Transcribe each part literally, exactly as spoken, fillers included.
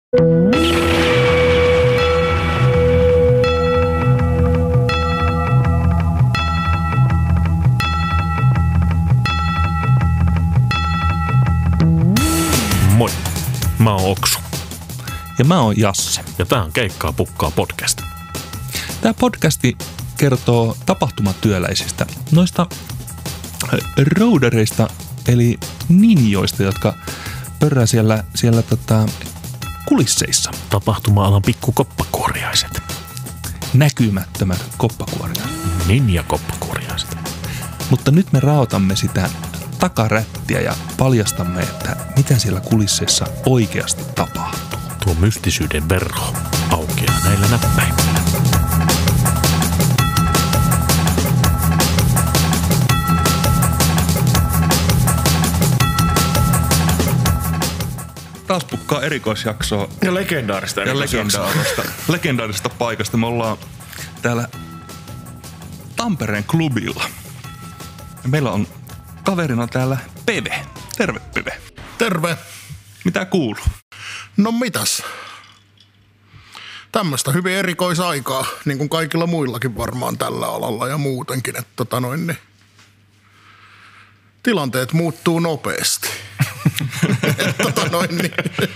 Moi, mä oon Oksu. Ja mä oon Jasse. Ja tää on Keikkaa pukkaa podcast. Tää podcasti kertoo tapahtumatyöläisistä, noista roudareista, eli ninjoista, jotka pörrää siellä, siellä tota, kulisseissa. Tapahtuma-alan pikkukoppakuoriaiset. Näkymättömät koppakuoriaiset. Ninja-koppakuoriaiset. Mutta nyt me raotamme sitä takarättiä ja paljastamme, että mitä siellä kulisseissa oikeasti tapahtuu. Tuo mystisyyden verho aukeaa näillä näppäimillä. Taas pukkaa erikoisjaksoa. Ja legendaarista Ja legendaarista, legendaarista paikasta. Me ollaan täällä Tampereen klubilla. Ja meillä on kaverina täällä Peve. Terve, Peve. Terve. Mitä kuuluu? No mitäs? Tämmöistä hyvin erikoisaikaa, niin kuin kaikilla muillakin varmaan tällä alalla ja muutenkin, että tota noin, niin tilanteet muuttuu nopeasti. että tota noin, niin,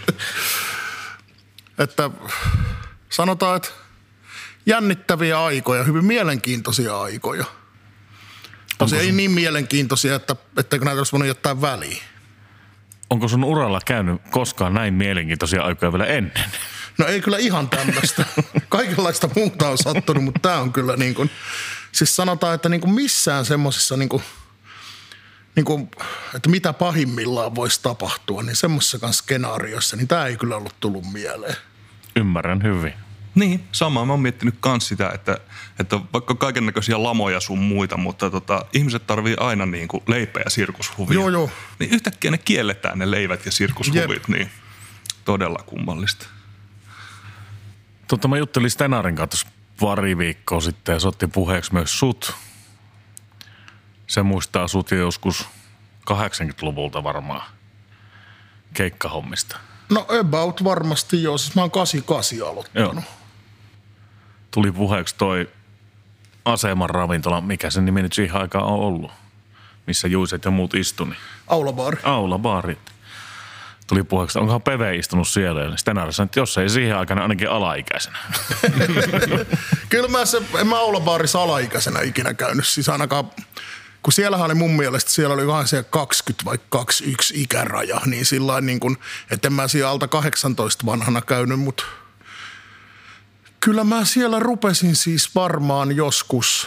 että sanotaan, että jännittäviä aikoja, hyvin mielenkiintoisia aikoja. Tosi ei niin mielenkiintoisia, että etteikö näitä olisi voinut jättää väliin. Onko sun uralla käynyt koskaan näin mielenkiintoisia aikoja vielä ennen? No ei kyllä ihan tämmöistä. Kaikenlaista muuta on sattunut, mutta tää on kyllä niin kuin, siis sanotaan, että niin kuin missään semmosissa niin kuin, niin kuin, että mitä pahimmillaan voisi tapahtua, niin semmoisessakaan skenaariossa, niin tää ei kyllä ollut tullut mieleen. Ymmärrän hyvin. Niin, sama. Mä oon miettinyt kans sitä, että, että vaikka kaiken näköisiä lamoja sun muita, mutta tota, ihmiset tarvii aina niin kuin leipä- ja sirkushuvia. Joo, joo. Niin yhtäkkiä ne kielletään ne leivät ja sirkushuvit, Jep. Niin todella kummallista. Totta mä juttelin Stenarin kanssa pari viikkoa sitten ja se otti puheeksi myös sut. Se muistaa sut jo joskus kahdeksankymmentäluvulta varmaan keikkahommista. No about varmasti joo, siis mä oon kahdeksankymmentäkahdeksan aloittanut. Joo. Tuli puheeksi toi Aseman ravintola, mikä sen nimi nyt siihen aikaan on ollut, missä Juiset ja muut istu. Niin. Aulabaari. Aulabaari. Tuli puheeksi, onkohan Peve istunut siellä. Ja Stenar sanoi, että jos ei siihen aikana, ainakin alaikäisenä. Kyllä mä se, en mä Aulabaarissa alaikäisenä ikinä käynyt, siis ainakaan, kun siellähän oli mun mielestä, siellä oli vähän se kaksikymmentä vai kaksikymmentäyksi ikäraja, niin sillain niin kuin, että en mä siellä alta kahdeksantoista vanhana käynyt, mutta kyllä mä siellä rupesin siis varmaan joskus,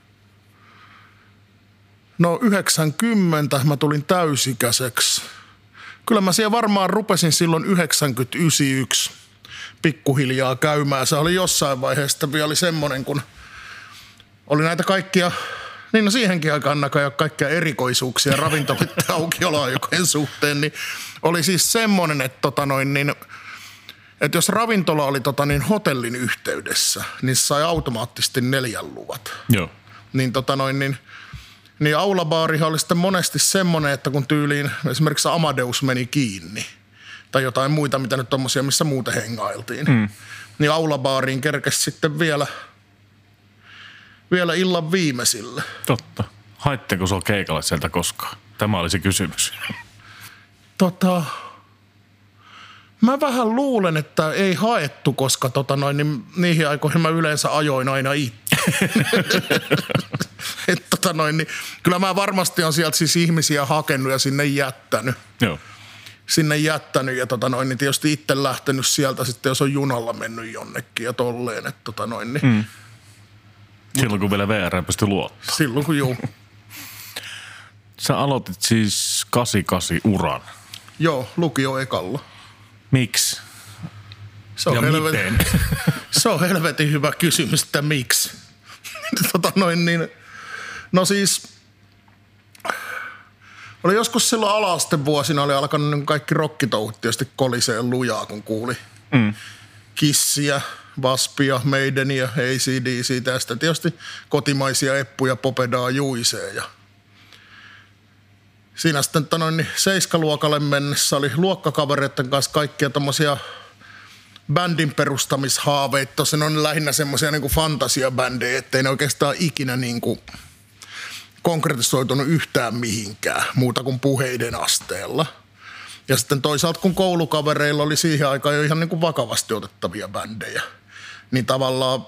no yhdeksänkymmentä mä tulin täysikäiseksi. Kyllä mä siellä varmaan rupesin silloin yhdeksänkymmentä yhdeksänkymmentäyksi pikkuhiljaa käymään. Se oli jossain vaiheessa vielä oli semmoinen, kun oli näitä kaikkia, niin no siihenkin aikaan näköjään kaikkia erikoisuuksia ravintoloiden aukioloaikojen suhteen, niin oli siis semmoinen, että tota noin niin, että jos ravintola oli tota niin hotellin yhteydessä, niin sai automaattisesti neljän luvat. Joo. Niin tota noin niin, niin aulabaarihan oli sitten monesti semmoinen, että kun tyyliin esimerkiksi Amadeus meni kiinni tai jotain muita, mitä nyt tommosia, missä muuten hengailtiin, mm. niin aulabaariin kerkesi sitten vielä, vielä illan viimeisille. Totta. Haitteko sua keikalle sieltä koskaan? Tämä oli se kysymys. Tota, mä vähän luulen, että ei haettu, koska tota noin, niin niihin aikoihin mä yleensä ajoin aina itse. Et tota noin, niin, kyllä mä varmasti on sieltä siis ihmisiä hakenut ja sinne jättänyt. Joo. Sinne jättänyt ja tota noin, niin tietysti itse lähtenyt sieltä sitten, jos on junalla mennyt jonnekin ja tolleen. Et tota noin, niin. Mm. Silloin kun vielä V R pystyi luottaa. Silloin kun juu. Sä aloitit siis kahdeksankymmentäkahdeksan uran. Joo, lukio ekalla. Miksi? Se on, helvetin, se on helvetin hyvä kysymys, että miksi. tota noin niin, no siis, oli joskus silloin ala-asteen vuosina oli alkanut niin kaikki rokkitouhut tietysti koliseen lujaa, kun kuuli mm. Kissiä, Waspia, Maidenia, A C D C, tästä tietysti kotimaisia eppuja, Popedaa, Juisee ja siinä sitten noin, niin seiskaluokalle mennessä oli luokkakavereiden kanssa kaikkia tommosia bändin perustamishaaveet. Tosin on lähinnä semmoisia niin kuin fantasiabändejä, ettei ne oikeastaan ikinä niin kuin konkretisoitunut yhtään mihinkään muuta kuin puheiden asteella. Ja sitten toisaalta kun koulukavereilla oli siihen aikaan jo ihan niin kuin vakavasti otettavia bändejä, niin tavallaan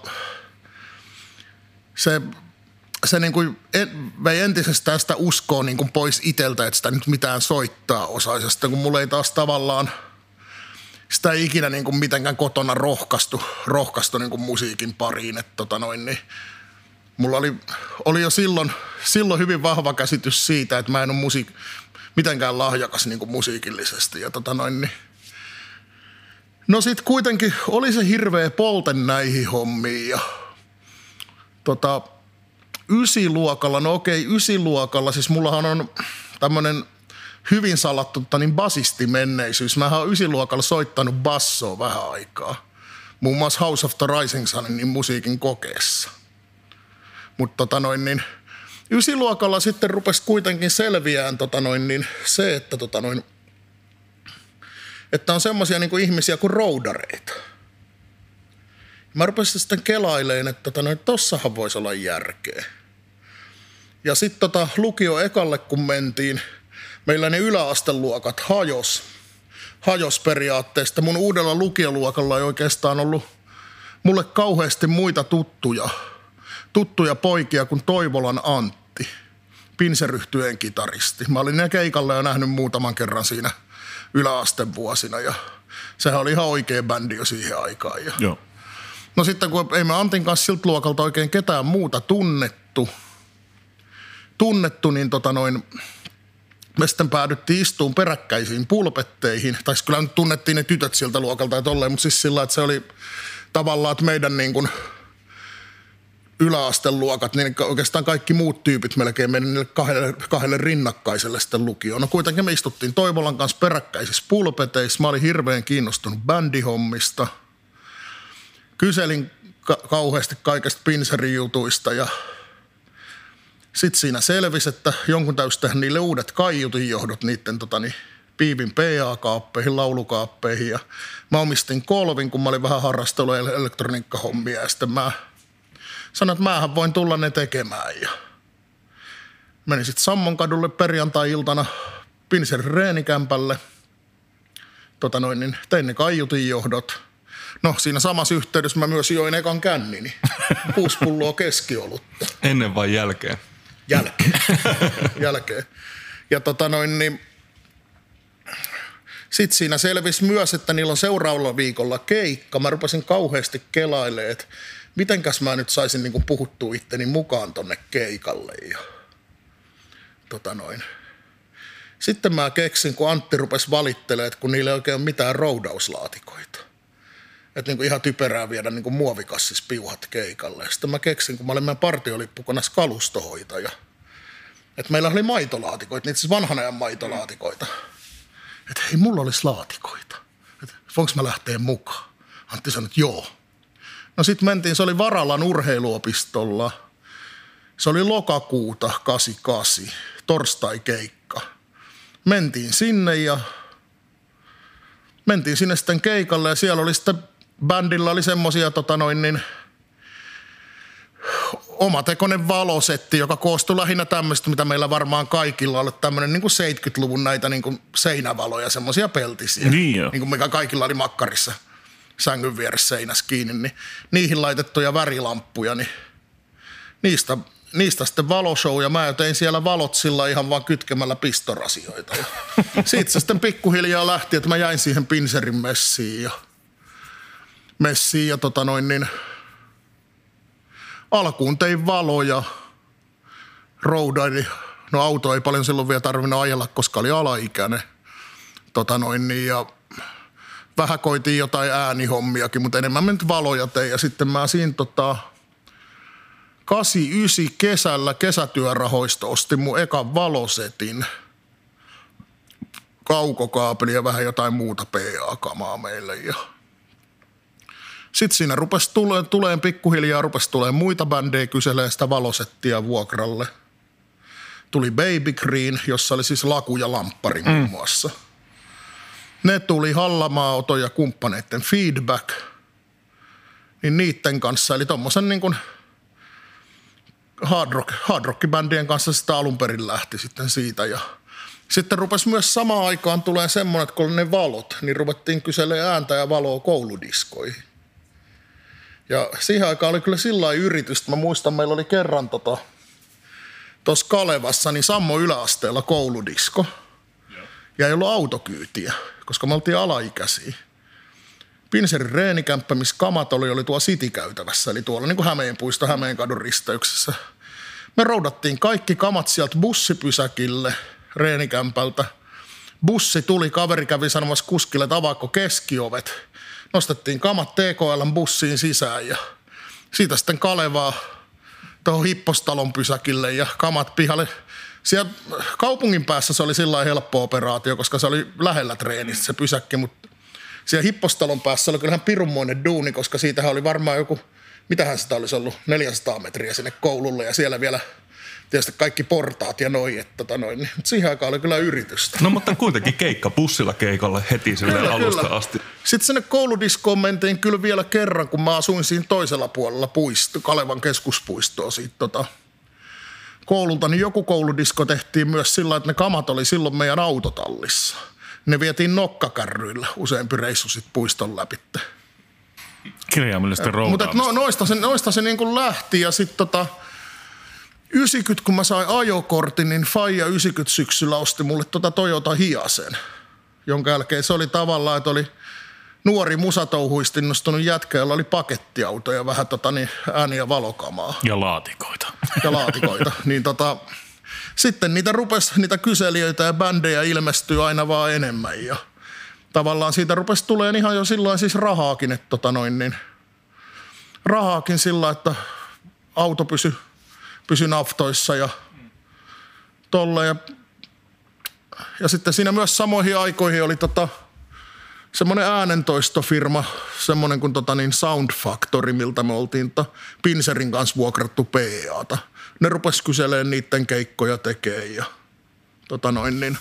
se, se niin kuin vei entisestään sitä uskoa niin kuin pois itseltä, että sitä nyt mitään soittaa osaisesta, kun mulla ei taas tavallaan sitä ei ikinä niin kuin mitenkään kotona rohkaistu, rohkaistu niin kuin musiikin pariin. Että tota noin, niin mulla oli, oli jo silloin, silloin hyvin vahva käsitys siitä, että mä en ole musiik- mitenkään lahjakas niin kuin musiikillisesti. Ja tota noin, niin no sit kuitenkin oli se hirveä polte näihin hommiin ja tota, ysiluokalla, no okei, ysiluokalla, siis mullahan on tämmönen hyvin salattu niin basistimenneisyys. Mähän oon ysiluokalla soittanut bassoa vähän aikaa. Muun muassa House of the Rising Sunin niin musiikin kokeessa. Mutta tota noin niin, ysiluokalla sitten rupesi kuitenkin selviään tota noin niin se, että tota noin, että on semmoisia niin kuin ihmisiä kuin roudareita. Mä rupesin sitten kelailemaan, että tota noin, tossahan voisi olla järkeä. Ja sitten tota lukio ekalle kun mentiin, meillä ne yläasteluokat hajos, hajos periaatteesta. Mun uudella lukioluokalla ei oikeastaan ollut mulle kauheasti muita tuttuja, tuttuja poikia kuin Toivolan Antti, Pinseryhtyeen kitaristi. Mä olin ne keikalla jo nähnyt muutaman kerran siinä yläastevuosina ja sehän oli ihan oikea bändi jo siihen aikaan. Ja Joo. no sitten kun ei me Antin kanssa siltä luokalta oikein ketään muuta tunnettu, tunnettu niin tota noin, me sitten päädyttiin istuun peräkkäisiin pulpetteihin. Tai kyllä nyt tunnettiin ne tytöt siltä luokalta ja tolleen, mutta siis sillä, että se oli tavallaan, että meidän niin kuin yläasteluokat, niin oikeastaan kaikki muut tyypit melkein meni niille kahdelle, kahdelle rinnakkaiselle sitten lukioon. No kuitenkin me istuttiin Toivolan kanssa peräkkäisissä pulpeteissa. Mä olin hirveän kiinnostunut bändihommista. Kyselin ka- kauheasti kaikesta pinserijutuista ja sitten siinä selvisi, että jonkun täytyisi tehdä niille uudet kaiutinjohdot niiden tota, niin, piivin P A-kaappeihin, laulukaappeihin. Ja mä omistin kolvin, kun mä olin vähän harrastellut elektroniikkahommia. Ja sitten mä sanoin, että mähän voin tulla ne tekemään. Ja menin sitten Sammonkadulle perjantai-iltana Pinserin reenikämpälle. Tota noin, niin tein ne kaiutinjohdot. No siinä samassa yhteydessä mä myös join ekan kännini. Kuusi pulloa keskiolutta. Ennen vai jälkeen? Jälkeen. Jälkeen. Ja tota noin, niin sitten siinä selvisi myös, että niillä on seuraavalla viikolla keikka. Mä rupesin kauheasti kelailemaan, että mitenkäs mä nyt saisin niin kuin puhuttua itteni mukaan tonne keikalle. Ja tota noin. Sitten mä keksin, kun Antti rupesi valittelemaan, että kun niillä ei oikein ole mitään roudauslaatikoita. Että niin kuin ihan typerää viedä niin kuin muovikassissa piuhat keikalle. Ja sitten mä keksin, kun mä olin meidän partiolippukonassa kalustohoitaja, että meillä oli maitolaatikoita, niitä siis vanhan ajan maitolaatikoita. Että hei, mulla olisi laatikoita. Että voinko mä lähteä mukaan? Antti sanoi, että joo. No sit mentiin, se oli Varalan urheiluopistolla. Se oli lokakuuta kahdeksankymmentäkahdeksan, torstai-keikka. Mentiin sinne ja mentiin sinne sitten keikalle ja siellä oli sitten, bändillä oli semmosia tota noin niin omatekoinen valosetti, joka koostui lähinnä tämmöistä, mitä meillä varmaan kaikilla on, tämmöinen niin kuin seitsemänkymmentäluvun näitä niin kuin seinävaloja, semmoisia peltisiä. Niin jo. Niin kuin mikä kaikilla oli makkarissa sängyn vieressä seinässä kiinni, niin niihin laitettuja värilamppuja, niin niistä, niistä sitten valoshow ja mä tein siellä valot sillä ihan vaan kytkemällä pistorasioita. Ja siitä se sitten pikkuhiljaa lähti, että mä jäin siihen Pinserin messiin ja messiin ja tota noin niin alkuun tein valoja, roudaili. No auto ei paljon silloin vielä tarvinnut ajella, koska oli alaikäinen. Tota noin niin, ja vähän koitiin jotain äänihommiakin, mutta enemmän mä nyt valoja tein. Ja sitten mä siinä tota kahdeksankymmentäyhdeksän kesällä kesätyörahoista ostin mun ekan valosetin. Kaukokaapeli ja vähän jotain muuta P A-kamaa meille ja sitten siinä rupesi tuleen, tuleen pikkuhiljaa, rupesi tulemaan muita bändejä kyselemään sitä valosettia vuokralle. Tuli Baby Green, jossa oli siis laku ja lamppari muun muassa. ne tuli Hallamaa-Oto ja kumppaneiden Feedback, niin niiden kanssa, eli tommosen niin kuin hard rock, hard rock-bändien kanssa sitä alun perin lähti sitten siitä ja sitten rupesi myös samaan aikaan tulee semmoinen, että kun oli ne valot, niin ruvettiin kyselemään ääntä ja valoa kouludiskoihin. Ja siihen aikaan oli kyllä sillä lailla yritystä. Mä muistan, meillä oli kerran tota, tuossa Kalevassa, niin Sammo yläasteella kouludisko. Ja ei ollut autokyytiä, koska me oltiin alaikäisiä. Pinserin reenikämppä, missä kamat oli, oli tuolla City-käytävässä, eli tuolla niin kuin Hämeenpuisto, Hämeenkadun risteyksessä. Me roudattiin kaikki kamat sieltä bussipysäkille reenikämpältä. Bussi tuli, kaveri kävi sanomassa kuskille, että avaako keskiovet. Nostettiin kamat T K L:n bussiin sisään ja siitä sitten Kalevaa tuohon Hippostalon pysäkille ja kamat pihalle. Siellä kaupungin päässä se oli sillä helppo operaatio, koska se oli lähellä treenistä se pysäkki, mutta siellä Hippostalon päässä oli kyllähän pirunmoinen duuni, koska siitähän oli varmaan joku, mitähän sitä olisi ollut, neljäsataa metriä sinne koululle ja siellä vielä tietysti kaikki portaat ja noin, että tota noin, niin siihen aikaan oli kyllä yritystä. No mutta kuitenkin keikka bussilla keikalle heti sille kyllä, alusta kyllä. asti. Sitten sinne kouludiskoon mentiin kyllä vielä kerran, kun mä asuin siinä toisella puolella puisto, Kalevan keskuspuistoa siitä tota, koululta, niin joku kouludisko tehtiin myös sillä, että ne kamat oli silloin meidän autotallissa. Ne vietiin nokkakärryillä useampi reissu sitten puiston läpi. Kirjaimellisesti roudaamista. Mutta no, noista se, noista se niin kuin lähti ja sitten tota, yhdeksänkymmentä, kun mä sain ajokortin, niin Faija yhdeksänkymmentä syksyllä osti mulle tota Toyota Hiasen, jonka jälkeen se oli tavallaan, että oli nuori musatouhuisti innostunut jätkä, jolla oli pakettiauto ja vähän tota niin, ääni- ja valokamaa. Ja laatikoita. Ja laatikoita. niin tota, sitten niitä rupesi, niitä kyselijöitä ja bändejä ilmestyy aina vaan enemmän ja tavallaan siitä rupesi tulemaan ihan jo silloin siis rahaakin, että tota noin niin, rahaakin sillä, että auto pysyi pysy naftoissa ja tolle. Ja, ja sitten siinä myös samoihin aikoihin oli tota, semmoinen äänentoistofirma, semmoinen kuin tota niin Sound Factory, miltä me oltiin tota Pinserin kanssa vuokrattu P A:ta. Ne rupesi kyselemään niiden keikkoja tekee ja tota noin niin.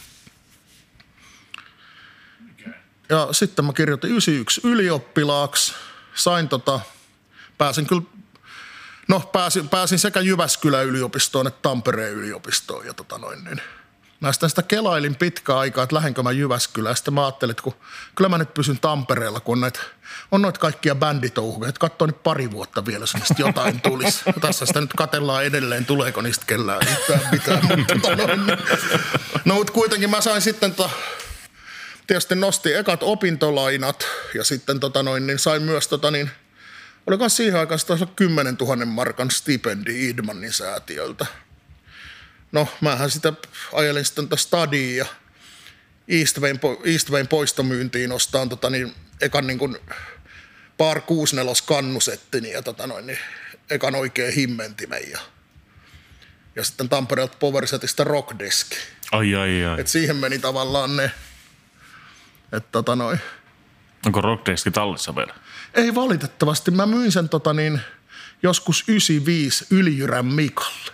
Ja sitten mä kirjoitin yhdeksänkymmentäyksi ylioppilaaksi, sain tota, pääsin kyllä No pääsin, pääsin sekä Jyväskylän yliopistoon että Tampereen yliopistoon ja tota noin niin. Mä sitä, sitä kelailin pitkään aikaa, että lähdenkö mä Jyväskylään. Sitten mä ajattelin, että kun, kyllä mä nyt pysyn Tampereella, kun on noita, on noita kaikkia bänditouhuja. Että katsoo nyt pari vuotta vielä, jos niistä jotain tulisi. Ja tässä sitä nyt katsellaan edelleen, tuleeko niistä kellään yhtään mitään. Mutta tota noin niin. No mutta kuitenkin mä sain sitten, tota, tietysti nostin ekat opintolainat ja sitten tota noin, niin sain myös tota niin, olikohan siihen aikaan se taisi olla kymmenentuhannen markan stipendi Idmanin säätiöltä. No, mähän sitä ajelin sitten tätä Stadiin ja Eastwayn, Eastwayn poistomyyntiin ostaan tota niin, ekan niin kuin Par kuusikymmentäneljä kannusettini ja tota noin, niin ekan oikein himmentimen ja, ja sitten Tampereelta Powersetista Rockdeski. Ai, ai, ai. Et siihen meni tavallaan ne, että tota noin. Onko Rockdeski tallissa vielä? Ei valitettavasti. Mä myin sen tota niin, joskus yhdeksänkymmentäviisi Ylijyrän Mikalle.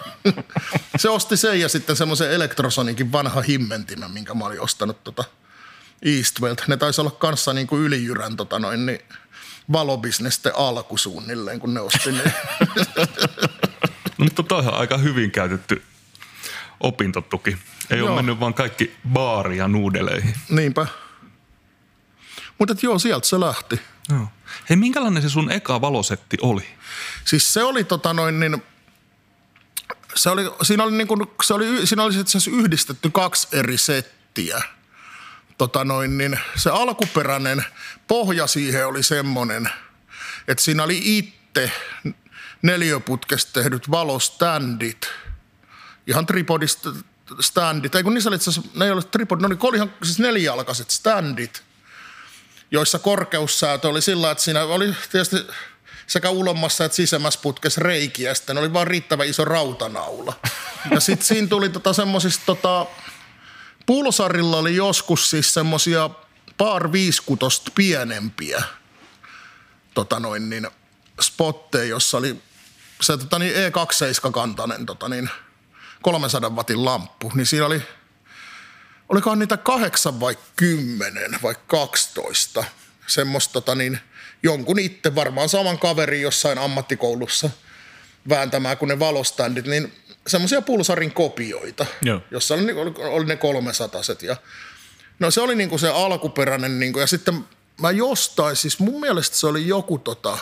Se osti sen ja sitten semmoisen Elektrosonikin vanha himmentimen, minkä mä olin ostanut tota Eastwaylta. Ne taisi olla kanssa niin kuin Ylijyrän tota noin, niin valobisnesten alku suunnilleen, kun ne osti ne. No, mutta toihan aika hyvin käytetty opintotuki. Ei joo. ole mennyt vaan kaikki baari- ja nuudeleihin. Niinpä. Mutta joo, sieltä se lähti. Joo. Hei, minkälainen se sun eka valosetti oli? Siis se oli tota noin niin, se oli, siinä oli niin kuin, se oli, siinä oli itse asiassa yhdistetty kaksi eri settiä. Tota noin niin, se alkuperäinen pohja siihen oli semmoinen, että siinä oli itse neliöputkesta tehdyt valoständit, ihan tripodista standit, ei kun niissä oli itse asiassa, ne ei ollut tripod, ne oli, oli ihan siis nelijalkaiset standit, joissa korkeussäätö oli sillä, että siinä oli tietysti sekä ulommassa että sisemmässä putkessa reikiä, ja sitten oli vaan riittävän iso rautanaula. Ja sitten siinä tuli tota semmosista, tota, Pulsarilla oli joskus siis semmosia Par viisikutosta pienempiä tota noin niin, spotteja, jossa oli se tota niin, E kaksikymmentäseitsemän-kantainen tota niin, kolmensadan watin lamppu, niin siinä oli olikohan niitä kahdeksan vai kymmenen vai kaksitoista. Semmoista tota niin, jonkun itse varmaan saman kaverin jossain ammattikoulussa vääntämään kuin ne valoständit, niin semmoisia Pulsarin kopioita, Joo. jossa oli, oli, oli ne kolmesataiset. Ja no se oli niinku se alkuperäinen, niinku, ja sitten mä jostain, siis mun mielestä se oli joku tota,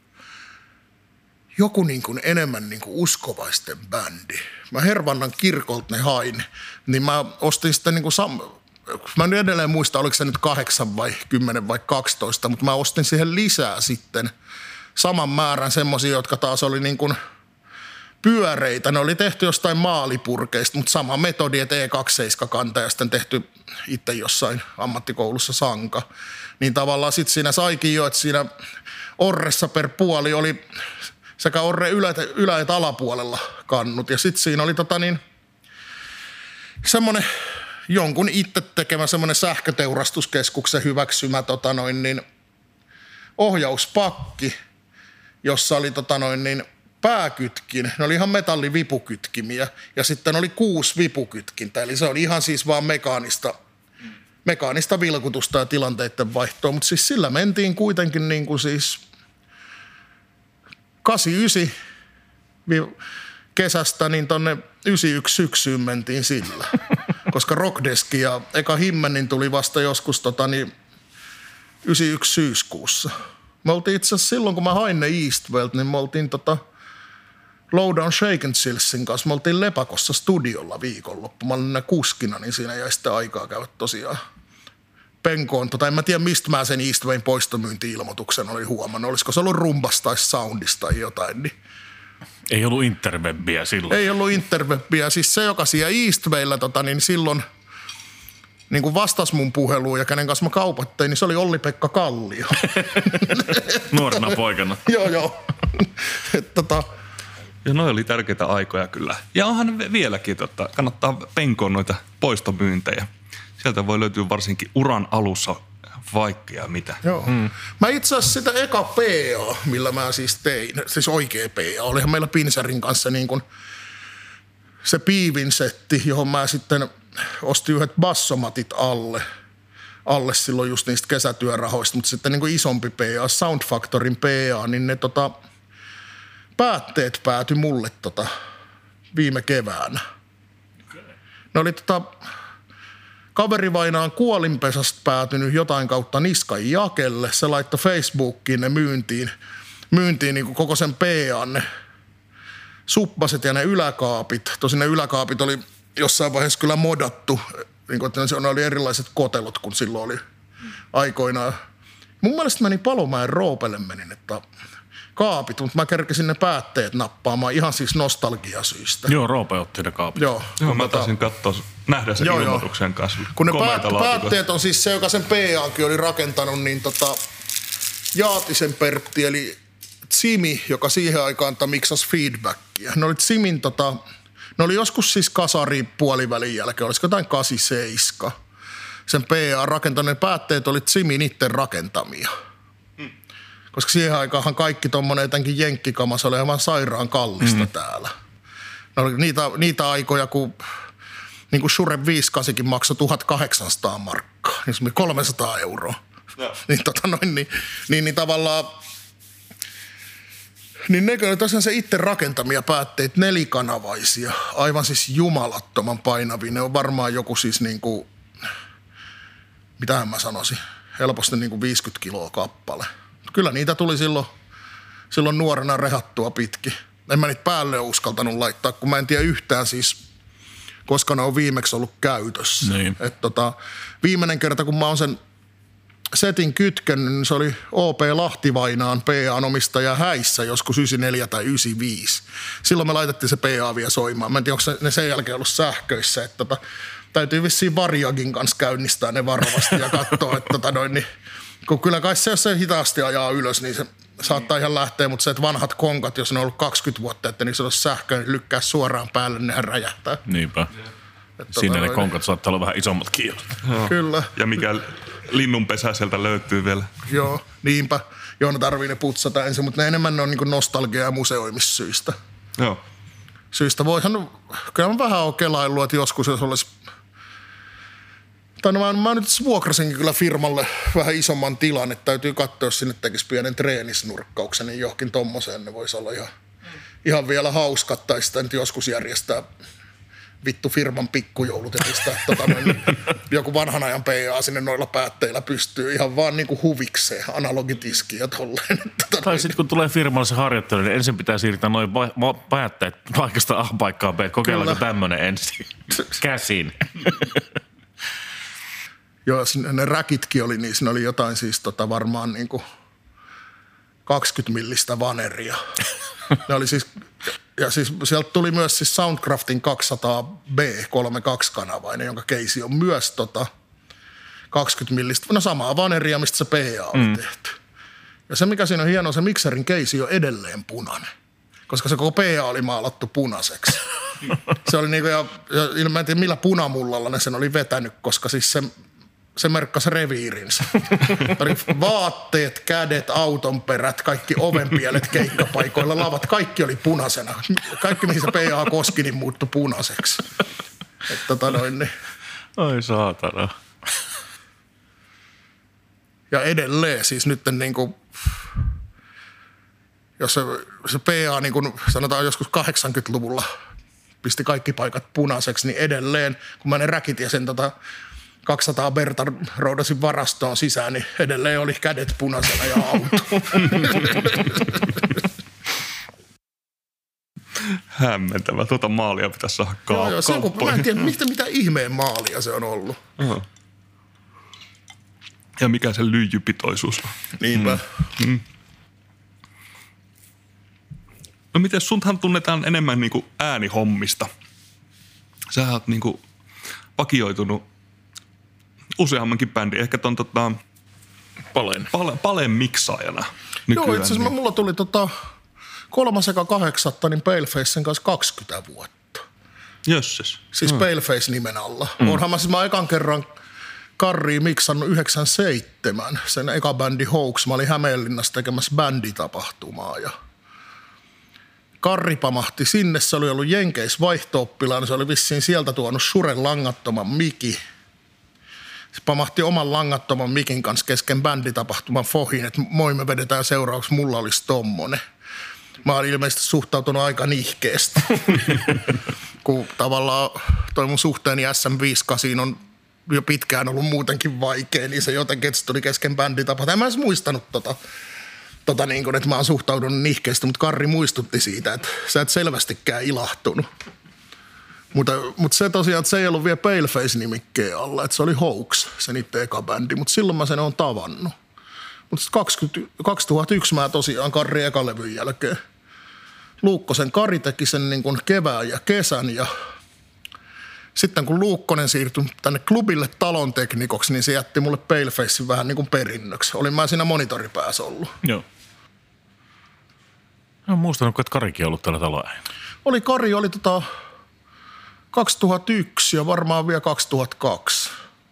joku niinku enemmän niinku uskovaisten bändi. Mä Hervannan kirkolta ne hain, niin mä ostin sitten niinku sam- mä en edelleen muista, oliko se nyt kahdeksan vai kymmenen vai kaksitoista, mutta mä ostin siihen lisää sitten saman määrän semmosia, jotka taas oli niinku pyöreitä. Ne oli tehty jostain maalipurkeista, mutta sama metodi, että E kaksikymmentäseitsemän kanta ja sitten tehty itse jossain ammattikoulussa sanka. Niin tavallaan sitten siinä saikin jo, että siinä orressa per puoli oli sekä orre ylä- ylä- että alapuolella kannut. Ja sitten siinä oli tota niin, semmoinen jonkun itse tekemä semmoinen sähköteurastuskeskuksen hyväksymä tota noin niin, ohjauspakki, jossa oli tota noin niin, pääkytkin, ne oli ihan metallivipukytkimiä ja sitten oli kuusi vipukytkintä, eli se on ihan siis vaan mekaanista, mekaanista vilkutusta ja tilanteiden vaihtoa, mutta siis sillä mentiin kuitenkin niin kuin siis kahdeksankymmentäyhdeksän kesästä niin tonne yhdeksänkymmentäyksi syksyyn mentiin sillä, koska Rockdeski ja eka Himmenin tuli vasta joskus tota niin yhdeksänkymmentäyksi syyskuussa. Me oltiin itse asiassa silloin, kun mä hain ne Eastwelt, niin me oltiin tota Lowdown Shaken Chillsin kanssa. Me oltiin Lepakossa studiolla viikonloppu. Mä olin ne kuskina, niin siinä jäi sitten aikaa käydä tosiaan penkoon. Tota, en mä tiedä, mistä mä sen Eastwayn poistomyynti-ilmoituksen olin huomannut. Olisiko se ollut rumbasta tai soundista tai jotain. Niin. Ei ollut interwebbiä silloin. Ei ollut interwebbiä. Siis se, joka siellä Eastwaylla tota, niin silloin niin kuin vastasi mun puheluun ja kenen kanssa mä kaupattein, niin se oli Olli-Pekka Kallio. Nuorena poikana. Joo, joo. tota, Ja noi oli tärkeitä aikoja kyllä. Ja onhan vieläkin, totta, kannattaa penkoa noita poistomyyntejä. Sieltä voi löytyä varsinkin uran alussa vaikka ja mitä. Joo. Hmm. Mä itse asiassa sitä eka P A, millä mä siis tein, siis oikea P A, olihan meillä Pinsarin kanssa niin kuin se piivin setti, johon mä sitten ostin yhdet bassomatit alle, alle silloin just niistä kesätyörahoista, mutta sitten niin kuin isompi P A, Sound Factorin P A, niin ne tota, päätteet päätyi mulle tota, viime keväänä. Ne oli tota, kaverivainaan kuolinpesästä päätynyt jotain kautta niskan jakelle. Se laittoi Facebookiin ne myyntiin, myyntiin niin kuin koko sen P A, ne suppaset ja ne yläkaapit. Tosin ne yläkaapit oli jossain vaiheessa kyllä modattu, niin kuin, että ne oli erilaiset kotelot kuin silloin oli aikoinaan. Mun mielestä meni Palomäen Roopelle menin, että kaapit, mutta mä kerkesin ne päätteet nappaamaan ihan siis nostalgiasyistä. Joo, Roope otti ne kaapit. Joo. Joo, mä taisin katsoa, nähdä sen joo, ilmoituksen kanssa. Kun ne päät, päätteet on siis se, joka sen P A:nkin oli rakentanut, niin tota Jaatisen Pertti, eli Simi, joka siihen aikaan miksasi feedbackia. Ne oli Simin tota, ne oli joskus siis kasari puolivälin jälkeen, olisiko jotain kahdeksankymmentäseitsemän. Sen P A rakentaneen päätteet oli Simin itse rakentamia. Hmm. Koska siihen aikaanhan kaikki tommonen jotenkin jenkkikamas oli aivan sairaan kallista hmm. täällä. Ne oli niitä, niitä aikoja, kun niin kuin Shure viisikymmentäkahdeksan maksoi tuhatkahdeksansataa markkaa, niin se oli kolmesataa euroa. No. niin, tota noin, niin, niin, niin tavallaan niin ne oli tosiaan se itse rakentamia päätteet, nelikanavaisia, aivan siis jumalattoman painavia. Ne on varmaan joku siis niin kuin, mitähän mä sanoisin, helposti niin kuin viisikymmentä kiloa kappale. Kyllä niitä tuli silloin, silloin nuorena rehattua pitkin. En mä niitä päälle uskaltanut laittaa, kun mä en tiedä yhtään siis, koska ne on viimeksi ollut käytössä. Niin. Et tota, viimeinen kerta, kun mä oon sen setin kytken, niin se oli O P Lahtivainaan P A-omistaja häissä joskus yhdeksänkymmentäneljä tai yhdeksänkymmentäviisi. Silloin me laitettiin se P A vielä soimaan. Mä en tiedä, onko ne sen jälkeen ollut sähköissä. Että tota, täytyy vissiin Variagin kanssa käynnistää ne varovasti ja katsoa, että tota noin, niin, kun kyllä kai se, jos se hitaasti ajaa ylös, niin se saattaa ihan lähteä, mutta se, että vanhat konkat, jos ne on ollut kaksikymmentä vuotta, että niin se olisi sähköä, niin lykkää suoraan päälle, nehän räjähtää. Niinpä. Että siinä tota ne konkat saattaa olla vähän isommatkin. Kyllä. Ja mikä linnunpesä sieltä löytyy vielä. Joo, niinpä. Joo, ne tarvii ne putsata ensin, mutta ne enemmän ne on niin nostalgia- ja museoimissyistä. Joo. Syistä voihan, kyllä mä vähän oon kelaillut, että joskus jos olisi Tai no mä, mä nyt vuokrasinkin kyllä firmalle vähän isomman tilan, että täytyy katsoa, jos sinne tekisi pienen treenisnurkkauksen, niin johonkin tommoseen ne voisi olla ihan, mm. ihan vielä hauskat, tai sitten joskus järjestää vittu firman pikkujoulut ja pistää tota, noin, joku vanhan ajan P A sinne noilla päätteillä pystyy ihan vaan niinku huvikseen, analogitiskiin ja tolleen. Tota, tai sitten kun tulee firmalle se harjoittelu, niin ensin pitää siirtää noin päätteet paikasta A paikkaan B, kokeillaanko tämmönen ensin käsin. Joo, ne räkitkin oli, niin siinä oli jotain siis tota varmaan niinku kaksikymmentä millistä vaneria. Ne oli siis, ja siis sieltä tuli myös siis Soundcraftin kaksisataa B kolmekymmentäkaksi-kanavainen, jonka keisi on myös tota kaksikymmentä millistä, no samaa vaneria, mistä se P A oli mm. tehty. Ja se mikä siinä on hienoa, se mikserin keisi on edelleen punainen, koska se koko P A oli maalattu punaiseksi. Se oli niinku, ja, ja mä en tiedä millä punamullalla ne sen oli vetänyt, koska siis se Se merkkasi reviirinsä. Oli vaatteet, kädet, autonperät, kaikki ovenpielet keikkapaikoilla, lavat, kaikki oli punaisena. Kaikki, mihin se P A koski, niin muuttui punaiseksi. Että tota noin, niin. Ai saatana. Ja edelleen siis nyt niin kuin, jos se, se P A niin kuin sanotaan joskus kahdeksankymmentäluvulla pisti kaikki paikat punaiseksi, niin edelleen, kun mä ne räkit ja sen tota kaksisataa Berta roudasin varastoon sisään, niin edelleen oli kädet punaisena ja auto. Hämmentävä. Tuota maalia pitäisi saada joo, joo, se on, kun, mä en tiedä, mitä, mitä ihmeen maalia se on ollut. Uh-huh. Ja mikä se lyijypitoisuus on. Niinpä. Mm. Mm. No miten sunhan tunnetaan enemmän niin kuin äänihommista? Sä oot niin kuin vakioitunut useammankin bändin, ehkä ton tota Palen. Pale, Palen miksaajana nykyään. Joo, itse asiassa niin. Mulla tuli tota kolmas eka kahdeksatta niin Palefacen kanssa kaksikymmentä vuotta. Jösses. Siis mm. Paleface nimen alla. Mm. Onhan mä siis mä ekan kerran Karriin miksannut yhdeksänkymmentäseitsemän, sen eka bändi Hoax. Mä olin Hämeenlinnassa tekemässä bänditapahtumaa ja Karri pamahti sinne. Se oli ollut Jenkeissä vaihto-oppilaana. Se oli vissiin sieltä tuonut Suren langattoman miki. Se pamahti oman langattoman mikin kanssa kesken bänditapahtuman fohiin, että moi me vedetään seuraavaksi, mulla olisi tommonen. Mä olin ilmeisesti suhtautunut aika nihkeästi, kun tavallaan toi mun suhteeni S M viisikymmentäkahdeksan on jo pitkään ollut muutenkin vaikea, niin se jotenkin, että se tuli kesken bänditapahtuma. En mä edes muistanut tota, tota niin kuin, että mä oon suhtautunut nihkeästi, mutta Karri muistutti siitä, että sä et selvästikään ilahtunut. Mutta, mutta se tosiaan, että se ei ollut vielä Paleface-nimikkeen alla, että se oli Hoax, se niiden eka bändi, mutta silloin mä sen oon tavannut. Mutta kaksituhattayksi mä tosiaan Karri eka levyn jälkeen. Luukkosen Kari teki sen niin kuin kevään ja kesän ja sitten kun Luukkonen siirtyi tänne klubille talon teknikoksi, niin se jätti mulle Palefacein vähän niin kuin perinnöksi. Olin mä siinä monitoripäässä ollut. Joo. Mä en muistanut, että Karikin on ollut tällä talolla. Oli Kari, oli tota kaksituhattayksi ja varmaan vielä kaksituhattakaksi.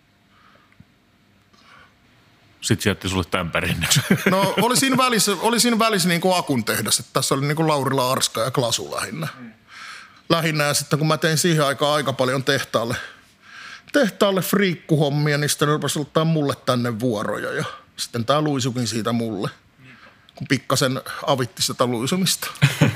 Sitten se jätti sulle tämän perinnöksi. No oli siinä välissä, oli siinä välissä niin kuin Akun tehdas, että tässä oli niin kuin Laurila, Arska ja Klasu lähinnä. Mm. Lähinnä ja sitten kun mä tein siihen aikaan aika paljon tehtaalle, tehtaalle friikkuhommia, niin sitten rupesi ottaa mulle tänne vuoroja ja sitten tää luisukin siitä mulle. Kun pikkasen avitti sitä luisumista.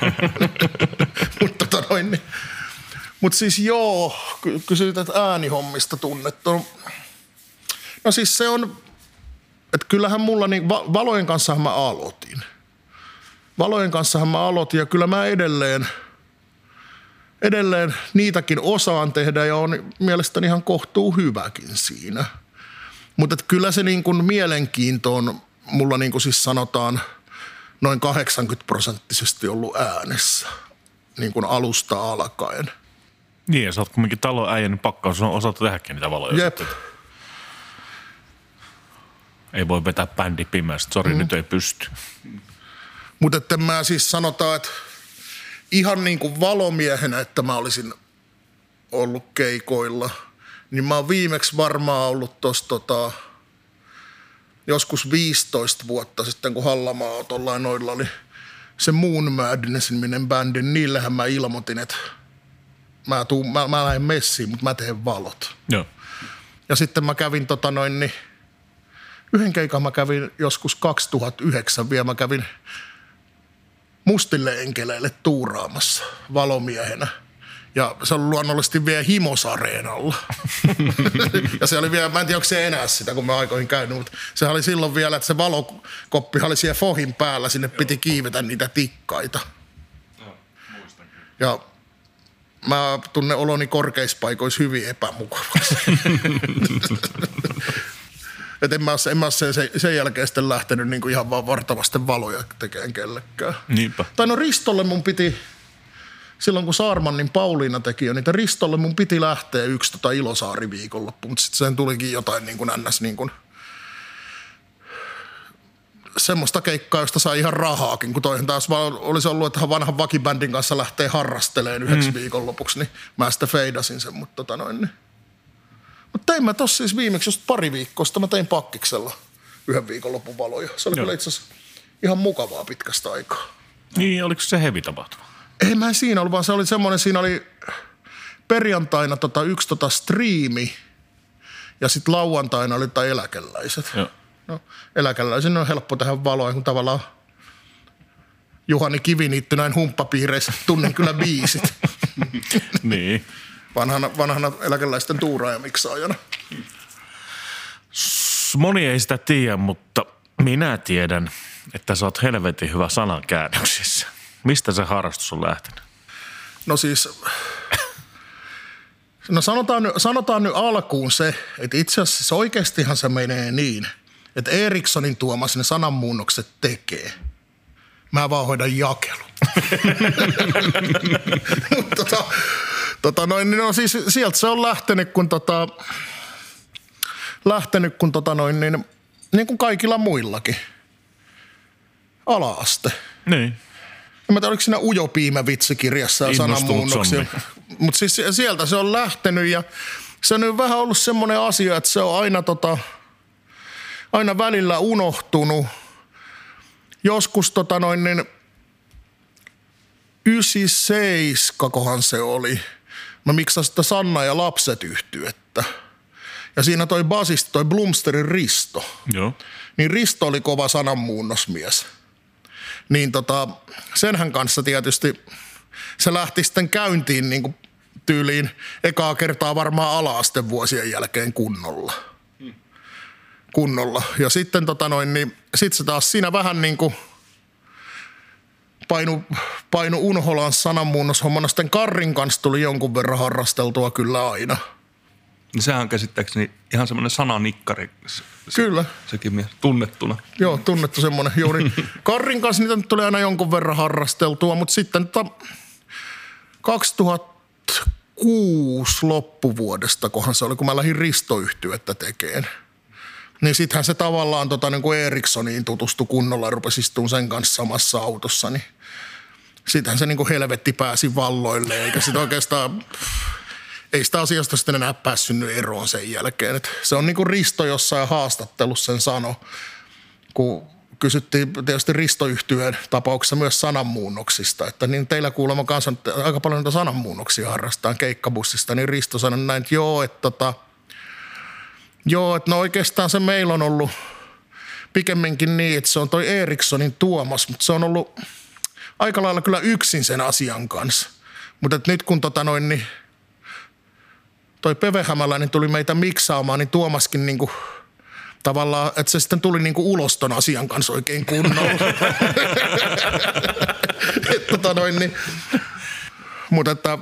Mutta tota noin niin. Mut siis joo, kysyit, että äänihommista tunnettu. No siis se on, että kyllähän mulla niin, valojen kanssahan mä aloitin. Valojen kanssahan mä aloitin ja kyllä mä edelleen, edelleen niitäkin osaan tehdä ja on mielestäni ihan kohtuu hyväkin siinä. Mutta kyllä se niin kuin mielenkiinto on mulla niin kuin siis sanotaan noin kahdeksankymmentä prosenttisesti ollut äänessä niin kuin alusta alkaen. Niin ja sä oot kumminkin talon äijä, niin pakkaus on osattu tehdäkin niitä valoja. Jep. Sitten. Ei voi vetää bändi pimeästä, sori mm. nyt ei pysty. Mutta että mä siis sanotaan, että ihan niin kuin valomiehenä, että mä olisin ollut keikoilla, niin mä oon viimeksi varmaan ollut tossa tota, joskus viisitoista vuotta sitten, kun Hallamaa tollain noilla oli se Moon Madness-niminen bändi, niillehän mä ilmoitin, että mä, tuun, mä, mä lähden messiin, mutta mä teen valot. Joo. Ja sitten mä kävin tota noin, niin yhden keikan mä kävin joskus kaksituhattayhdeksän vielä. Mä kävin Mustille enkeleille tuuraamassa valomiehenä. Ja se oli luonnollisesti vielä Himos-areenalla. Ja se oli vielä, mä en tiedä, onko se enää sitä, kun mä aikoihin käynyt, mutta se oli silloin vielä, että se valokoppi oli siellä fohin päällä, sinne Joo. piti kiivetä niitä tikkaita. Joo, muistan kyllä. Ja mä tunnen oloni korkeissa paikoissa hyvin epämukavaksi. Että en mä ole, en mä ole sen, sen jälkeen sitten lähtenyt niin kuin ihan vaan vartavasten valoja tekemään kellekään. Niinpä. Tai no Ristolle mun piti, silloin kun Saarmannin Pauliina teki jo niitä, Ristolle mun piti lähteä yksi tota Ilosaari viikonloppu, mutta sitten sen tulikin jotain niin kuin ns. Niin kuin semmoista keikkaa, josta sai ihan rahaakin, kun toihan taas olisi ollut, että vanhan vakibändin kanssa lähtee harrasteleen yhdeksi mm. viikonlopuksi, niin mä sitten feidasin sen, mutta tota noin niin. Mutta tein mä tossa siis viimeksi just pari viikkoa, sitten mä tein Pakkiksella yhden viikonlopun valoja. Se oli Joo. kyllä itse asiassa ihan mukavaa pitkästä aikaa. Niin, oliko se heavy tapahtuma? Ei mä siinä ollut, vaan se oli semmoinen, siinä oli perjantaina tota, yksi tota striimi ja sitten lauantaina oli tai eläkeläiset. Joo. No, eläkeläisen on helppo tehdä valoja, kun tavallaan Juhani Kiviniitty näin humppapiireissä tunnen kyllä biisit. Niin. Vanhana, vanhana eläkeläisten tuuraaja miksaajana. Moni ei sitä tiedä, mutta minä tiedän, että sä oot helvetin hyvä sanankäännöksissä. Mistä se harrastus on lähtenyt? No siis, no sanotaan, sanotaan nyt alkuun se, että itse asiassa oikeastihan se menee niin, että Erikssonin Tuomas ne sananmuunnokset tekee. Mä vaan hoidan jakelun. tota, tota noin, no siis sieltä se on lähtenyt, kun tota, lähtenyt, kun tota noin, niin, niin kuin kaikilla muillakin. Ala-aste. Niin. En mä tiedä, oliko siinä Ujo-piimä vitsikirjassa ja sananmuunnoksia. Mutta siis sieltä se on lähtenyt ja se on nyt vähän ollut semmoinen asia, että se on aina, tota, aina välillä unohtunut. Joskus tota noin niin yhdeksänkymmentäseitsemän, kohan se oli. Mä miksasin sitä Sanna ja lapset yhtyettä. Ja siinä toi basisti, toi Blumsterin Risto. Joo. Niin Risto oli kova sananmuunnosmies. Niin tota, senhän kanssa tietysti se lähti sitten käyntiin niin kuin tyyliin ekaa kertaa varmaan ala-asten vuosien jälkeen kunnolla. Hmm. Kunnolla. Ja sitten tota noin, niin sit se taas siinä vähän niin kuin painu, painu Unholan sananmuunnoshommana. Sitten Karrin kanssa tuli jonkun verran harrasteltua kyllä aina. Niin sehän on käsittääkseni ihan semmoinen sananikkari. Se, Kyllä. Sekin mies tunnettuna. Joo, tunnettu semmoinen juuri. Karrin kanssa niitä nyt tuli aina jonkun verran harrasteltua, mutta sitten tota kaksituhattakuusi loppuvuodesta, kohan se oli, kun mä lähdin Risto-yhtyettä tekemään. Niin sittenhän se tavallaan tota, niin kuin Erikssoniin tutustui kunnolla ja rupesi istumaan sen kanssa samassa autossa. Niin sittenhän se niin kuin helvetti pääsi valloille, eikä sit oikeastaan... Ei sitä asiasta sitten enää päässyt eroon sen jälkeen. Et se on niin kuin Risto jossain haastattelussa sen sano, kun kysyttiin tietysti Risto-yhtyeen tapauksessa myös sananmuunnoksista, että niin teillä kuulemma kanssa aika paljon noita sananmuunnoksia harrastaan keikkabussista, niin Risto sanoi näin, että joo, että tota, joo, että no oikeastaan se meillä on ollut pikemminkin niin, että se on toi Erikssonin Tuomas, mutta se on ollut aika lailla kyllä yksin sen asian kanssa. Mutta nyt kun tota noin, niin toi Peve Hämäläinen tuli meitä miksaamaan, niin Tuomaskin niinku tavallaan, että se sitten tuli niinku ulos ton asian kanssa oikein kunnolla. et, tota noin, niin. Mutta että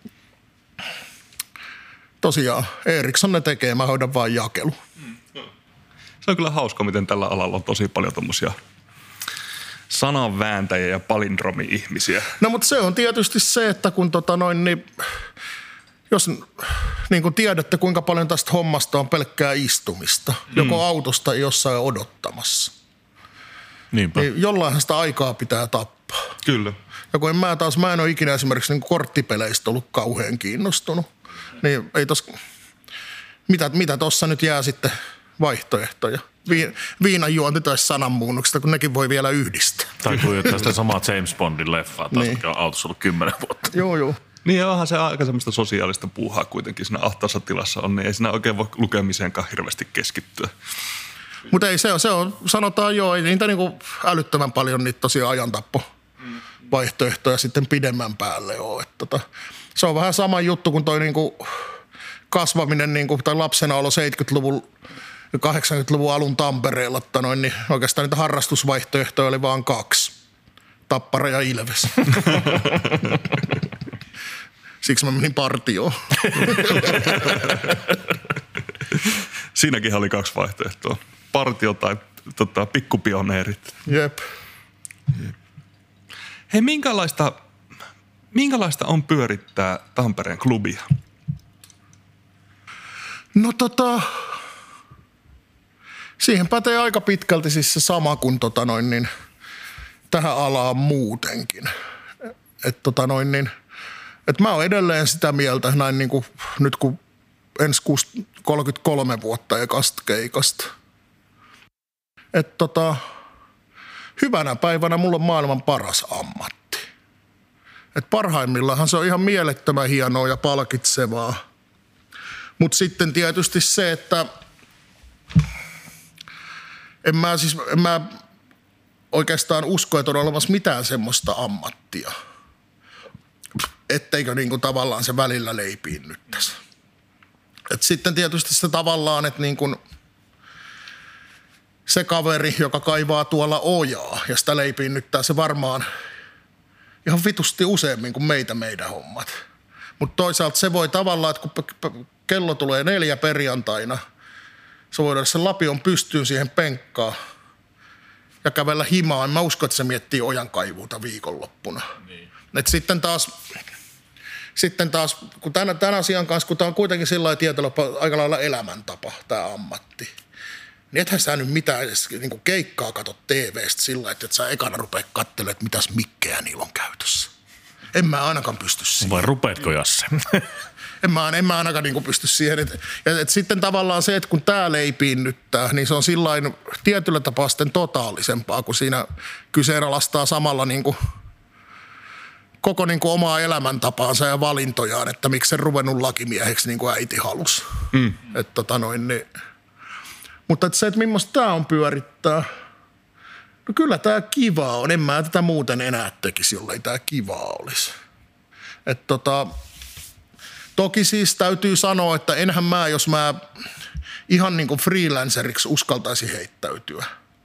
tosiaan Eriksson ne tekee, mä hoidan vaan jakelu. Se on kyllä hauska, miten tällä alalla on tosi paljon tommosia sananvääntäjiä ja palindromi-ihmisiä. No mutta se on tietysti se, että kun tota noin, niin jos niin kuin tiedätte, kuinka paljon tästä hommasta on pelkkää istumista, mm. joko autosta jossain odottamassa, Niinpä. niin jollainhan sitä aikaa pitää tappaa. Kyllä. Ja kun en mä taas, mä en ole ikinä esimerkiksi niin korttipeleistä ollut kauhean kiinnostunut, niin ei tos, mitä, mitä tossa nyt jää sitten vaihtoehtoja? Vi, viinanjuonti tai sananmuunnoksista, kun nekin voi vielä yhdistää. Tai tuijottaa sitä samaa James Bondin leffaa, taas niin. Mikä on autossa ollut kymmenen vuotta. Joo, joo. Niin onhan se aika semmoista sosiaalista puuhaa kuitenkin siinä ahtaassa tilassa on, niin ei siinä oikein voi lukemiseenkaan hirveästi keskittyä. Mutta ei se on, se on, sanotaan joo, ei niitä niinku älyttömän paljon niitä tosiaan ajantappo vaihtoehtoja sitten pidemmän päälle ole. Et tota, se on vähän sama juttu kuin toi niinku kasvaminen niinku, tai lapsena olo seitsemänkymmentäluvun ja kahdeksankymmentäluvun alun Tampereella, että noin, niin oikeastaan niitä harrastusvaihtoehtoja oli vaan kaksi. Tappara ja Ilves. Siksi mä menin partioon. Siinäkin oli kaksi vaihtoehtoa. Partio tai tota, pikkupioneerit. Jep. Jep. Hei, minkälaista, minkälaista on pyörittää Tampereen klubia? No tota, siihen pätee aika pitkälti siis se sama kuin tota noin niin, tähän alaan muutenkin. Että tota noin niin, et mä oon edelleen sitä mieltä näin niin kuin nyt kun ensi kuusi, kolmekymmentäkolme vuotta ekasta keikasta. Että tota, hyvänä päivänä mulla on maailman paras ammatti. Et parhaimmillaan se on ihan mielettömän hienoa ja palkitsevaa. Mutta sitten tietysti se, että en mä siis, en mä oikeastaan usko, että on olemassa mitään semmoista ammattia, etteikö niinku tavallaan se välillä leipiinnyttäisi. Et sitten tietysti se tavallaan, että niinku se kaveri, joka kaivaa tuolla ojaa ja sitä leipiinnyttää, se varmaan ihan vitusti useammin kuin meitä meidän hommat. Mutta toisaalta se voi tavallaan, että kun kello tulee neljä perjantaina, se voi olla sen lapion pystyyn siihen penkkaan ja kävellä himaan. Mä uskon, että se miettii ojan kaivuuta viikonloppuna. Niin. Et sitten taas, sitten taas kun tämän, tämän asian kanssa, kun tämä on kuitenkin sillä lailla tietyllä aika lailla elämäntapa, tämä ammatti, niin ethän sä nyt mitään edes niin keikkaa katot T V:stä sillä lailla, että et sä ekana rupeat katselemaan, että mitäs mikkejä niillä on käytössä. En mä ainakaan pysty siihen. Vai rupeatko Jasse? En mä, en mä ainakaan niin pysty siihen. Et, et, et sitten tavallaan se, että kun tää leipiinnyttää, niin se on sillain tietyllä tapaa sitten totaalisempaa, kun siinä kyseenalaistaa samalla niin kuin koko niin kuin omaa elämäntapaansa ja valintojaan, että miksi se ruvennut lakimieheksi niin kuin äiti halusi. Mm. Et, tota noin, niin. Mutta et se, että millaista tää on pyörittää, no kyllä tää kivaa on. En mä tätä muuten enää tekisi, jollei tää kivaa olisi. Et tota... Toki siis täytyy sanoa, että enhän mä, jos mä ihan niin kuin freelanceriksi uskaltaisi heittäytyä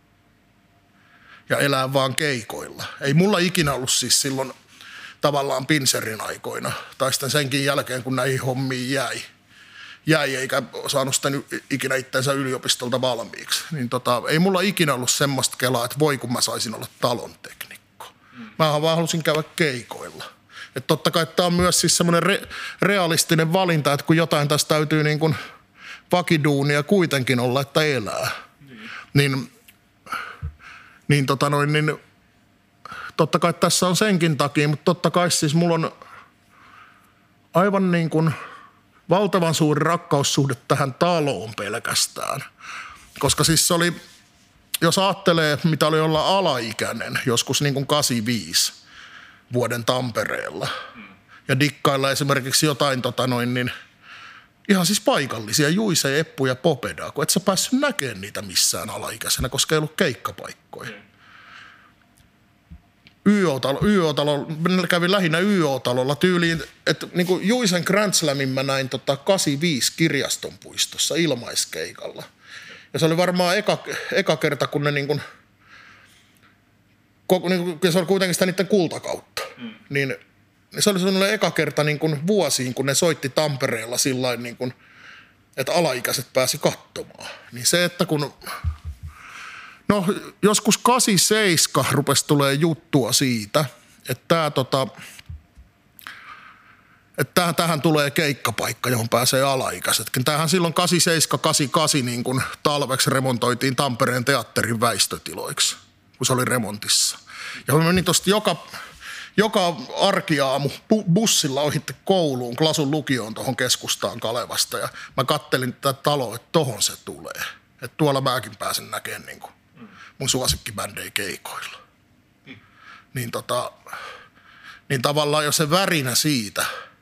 ja elää vaan keikoilla. Ei mulla ikinä ollut siis silloin tavallaan Pinserin aikoina tai sitten senkin jälkeen, kun näihin hommiin jäi. Jäi eikä saanut sitten ikinä itseensä yliopistolta valmiiksi. Niin tota, ei mulla ikinä ollut semmoista kelaa, että voi kun mä saisin olla talonteknikko. Mä vaan halusin käydä keikoilla. Että totta kai tämä on myös siis semmoinen re- realistinen valinta, että kun jotain tässä täytyy niin kuin vakiduunia kuitenkin olla, että elää. Niin, niin, niin, tota noin, niin totta kai tässä on senkin takia, mutta totta kai siis mulla on aivan niin kuin valtavan suuri rakkaussuhde tähän taloon pelkästään. Koska siis se oli, jos ajattelee, mitä oli olla alaikäinen, joskus niin kuin kahdeksankymmentäviisi vuoden Tampereella. Ja dikkailla esimerkiksi jotain tota noin, niin ihan siis paikallisia Juise, Eppu ja Popedaa, kun et sä päässyt näkemään niitä missään alaikäisenä, koska ei ollut keikkapaikkoja. Y O-talo, Y O-talo, kävin lähinnä Y O-talolla tyyliin, että niin kuin Juisen Grand Slamin mä näin tota kahdeksankymmentäviisi kirjastonpuistossa ilmaiskeikalla. Ja se oli varmaan eka, eka kerta, kun ne niin kuin se on kuitenkin sitä niiden kultakautta, mm. niin se oli sellainen eka kerta niin kuin vuosiin, kun ne soitti Tampereella sillain, niin kuin, että alaikäiset pääsi katsomaan. Niin se, että kun, no joskus kahdeksankymmentäseitsemän rupesi tulee juttua siitä, että tää tota, että tähän tulee keikkapaikka, johon pääsee alaikäisetkin. Tämähän silloin kahdeksankymmentäseitsemän kahdeksankymmentäkahdeksan niin kuin talveksi remontoitiin Tampereen teatterin väistötiloiksi, kun se oli remontissa. Ja mä menin tosta joka, joka arkiaamu bussilla ohitte kouluun, Klasun lukioon tuohon keskustaan Kalevasta. Ja mä kattelin tätä taloa, että tohon se tulee. Että tuolla mäkin pääsen näkemään niin kuin mun suosikkibändejä keikoilla. Mm. Niin, tota, niin tavallaan jo se värinä siitä,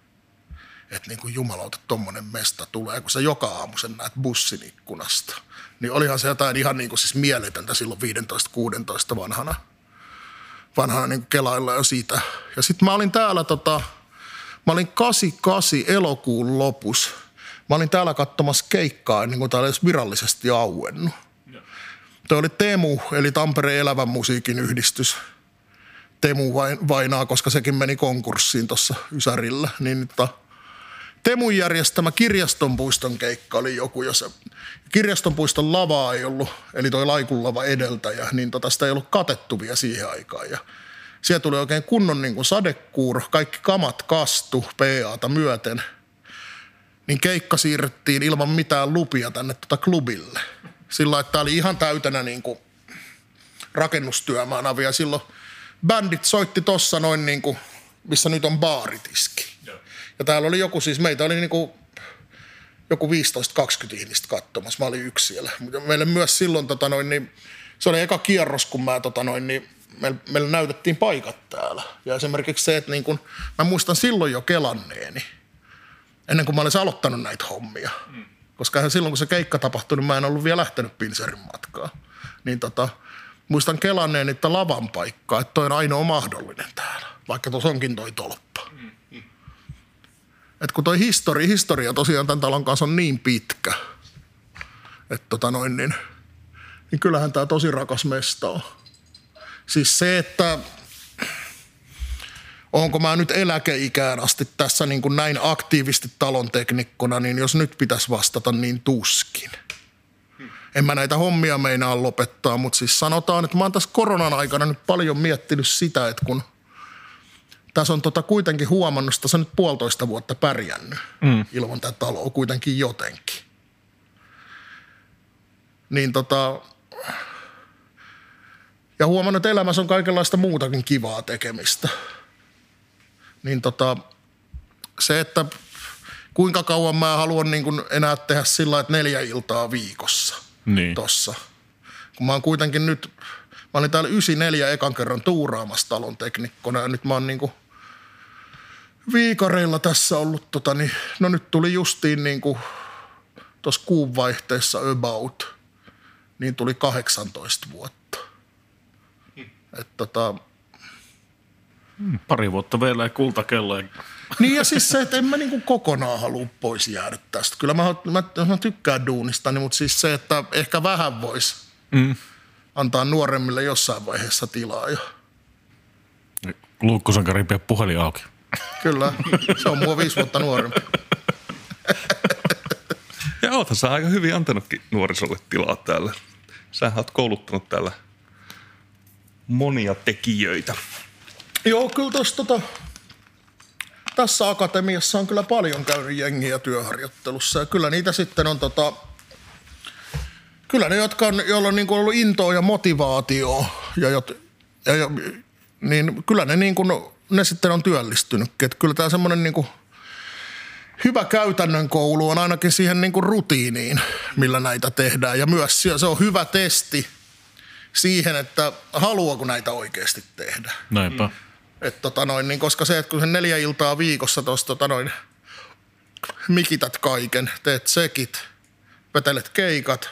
että niin kuin jumalauta tommonen mesta tulee, kun sä joka aamu sen näet bussin ikkunasta. Niin olihan se jotain ihan niin kuin siis mieletöntä silloin viisitoista kuusitoista vanhana, vanhana niin kuin kelailla jo siitä. Ja sitten mä olin täällä tota, mä olin kahdeksankymmentäkahdeksan elokuun lopussa. Mä olin täällä katsomassa keikkaa ennen kuin tää oli edes virallisesti auennut. Tuo oli Temu, eli Tampereen elävän musiikin yhdistys. Temu vainaa, koska sekin meni konkurssiin tuossa Ysärillä. Niin, että Temun järjestämä Kirjastonpuiston keikka oli joku, jos Kirjastonpuiston lavaa ei ollut, eli toi Laikun lava edeltäjä, niin tota sitä ei ollut katettu vielä siihen aikaan. Ja siellä tuli oikein kunnon niin kuin sadekuuro, kaikki kamat kastu P A:ta myöten. Niin keikka siirrettiin ilman mitään lupia tänne tota klubille. Sillä että tää oli ihan täytänä niin kuin rakennustyömaana vielä silloin. Bändit soitti tossa noin niin kuin, missä nyt on baaritiski. Ja täällä oli joku siis, meitä oli niin kuin joku viisitoista kaksikymmentä ihmistä katsomassa. Mä olin yksi siellä. Meille myös silloin, tota noin, niin, se oli eka kierros, kun mä, tota noin, niin, meille, meille näytettiin paikat täällä. Ja esimerkiksi se, että niin kuin, mä muistan silloin jo kelanneeni, ennen kuin mä olisin aloittanut näitä hommia. Mm. Koska silloin, kun se keikka tapahtui, niin mä en ollut vielä lähtenyt Pinserin matkaan. Niin tota, muistan kelanneeni, että lavan paikkaa, että toi on ainoa mahdollinen täällä. Vaikka tuossa onkin toi tolppa. Mm. Mm. Että kun toi histori, historia tosiaan tämän talon kanssa on niin pitkä, että tota noin niin, niin kyllähän tää tosi rakas mesta on. Siis se, että onko mä nyt eläkeikään asti tässä niin kuin näin aktiivisesti talon teknikkona, niin jos nyt pitäisi vastata, niin tuskin. En mä näitä hommia meinaa lopettaa, mutta siis sanotaan, että mä oon tässä koronan aikana nyt paljon miettinyt sitä, että kun tässä on tota kuitenkin huomannut, että tässä on nyt puolitoista vuotta pärjännyt mm. ilman tätä taloa kuitenkin jotenkin. Niin tota, ja huomannut, että elämässä on kaikenlaista muutakin kivaa tekemistä. Niin tota, se, että kuinka kauan mä haluan niin kun enää tehdä sillä, että neljä iltaa viikossa niin. Tossa. Kun mä oon kuitenkin nyt, mä olin täällä yhdeksänkymmentäneljä ekan kerran tuuraamassa talon teknikkona ja nyt mä oon niin kuin viikareilla tässä ollut, tota, niin, no nyt tuli justiin niin kuin tuossa kuun vaihteessa about, niin tuli kahdeksantoista vuotta. Että tota, pari vuotta vielä ei kultakello. Niin ja siis se, että en mä niinku kokonaan halua pois jäädä tästä. Kyllä mä, mä, mä tykkään duunistani, mutta siis se, että ehkä vähän voisi mm. antaa nuoremmille jossain vaiheessa tilaa jo. Luukkusankari pidä puhelin auki. Kyllä, se on mua viisi vuotta nuorempi. Ja oothan sä aika hyvin antanutkin nuorisolle tilaa täällä. Sähän oot kouluttanut täällä monia tekijöitä. Joo, kyllä tossa tota, tässä akatemiassa on kyllä paljon käynyt jengiä työharjoittelussa ja kyllä niitä sitten on tota, kyllä ne, jotka on, joilla on niin kuin ollut intoa ja motivaatioa ja, jot, ja, ja niin kyllä ne niin kuin, ne sitten on työllistynytkin. Että kyllä tämä semmoinen niin kuin hyvä käytännön koulu on ainakin siihen niin kuin rutiiniin, millä näitä tehdään ja myös se on hyvä testi siihen, että haluaako näitä oikeasti tehdä. Näinpä. Mm. Et tota noin, niin koska se, että kun sen neljä iltaa viikossa tuossa tota noin, mikität kaiken, teet sekit, vetelet keikat,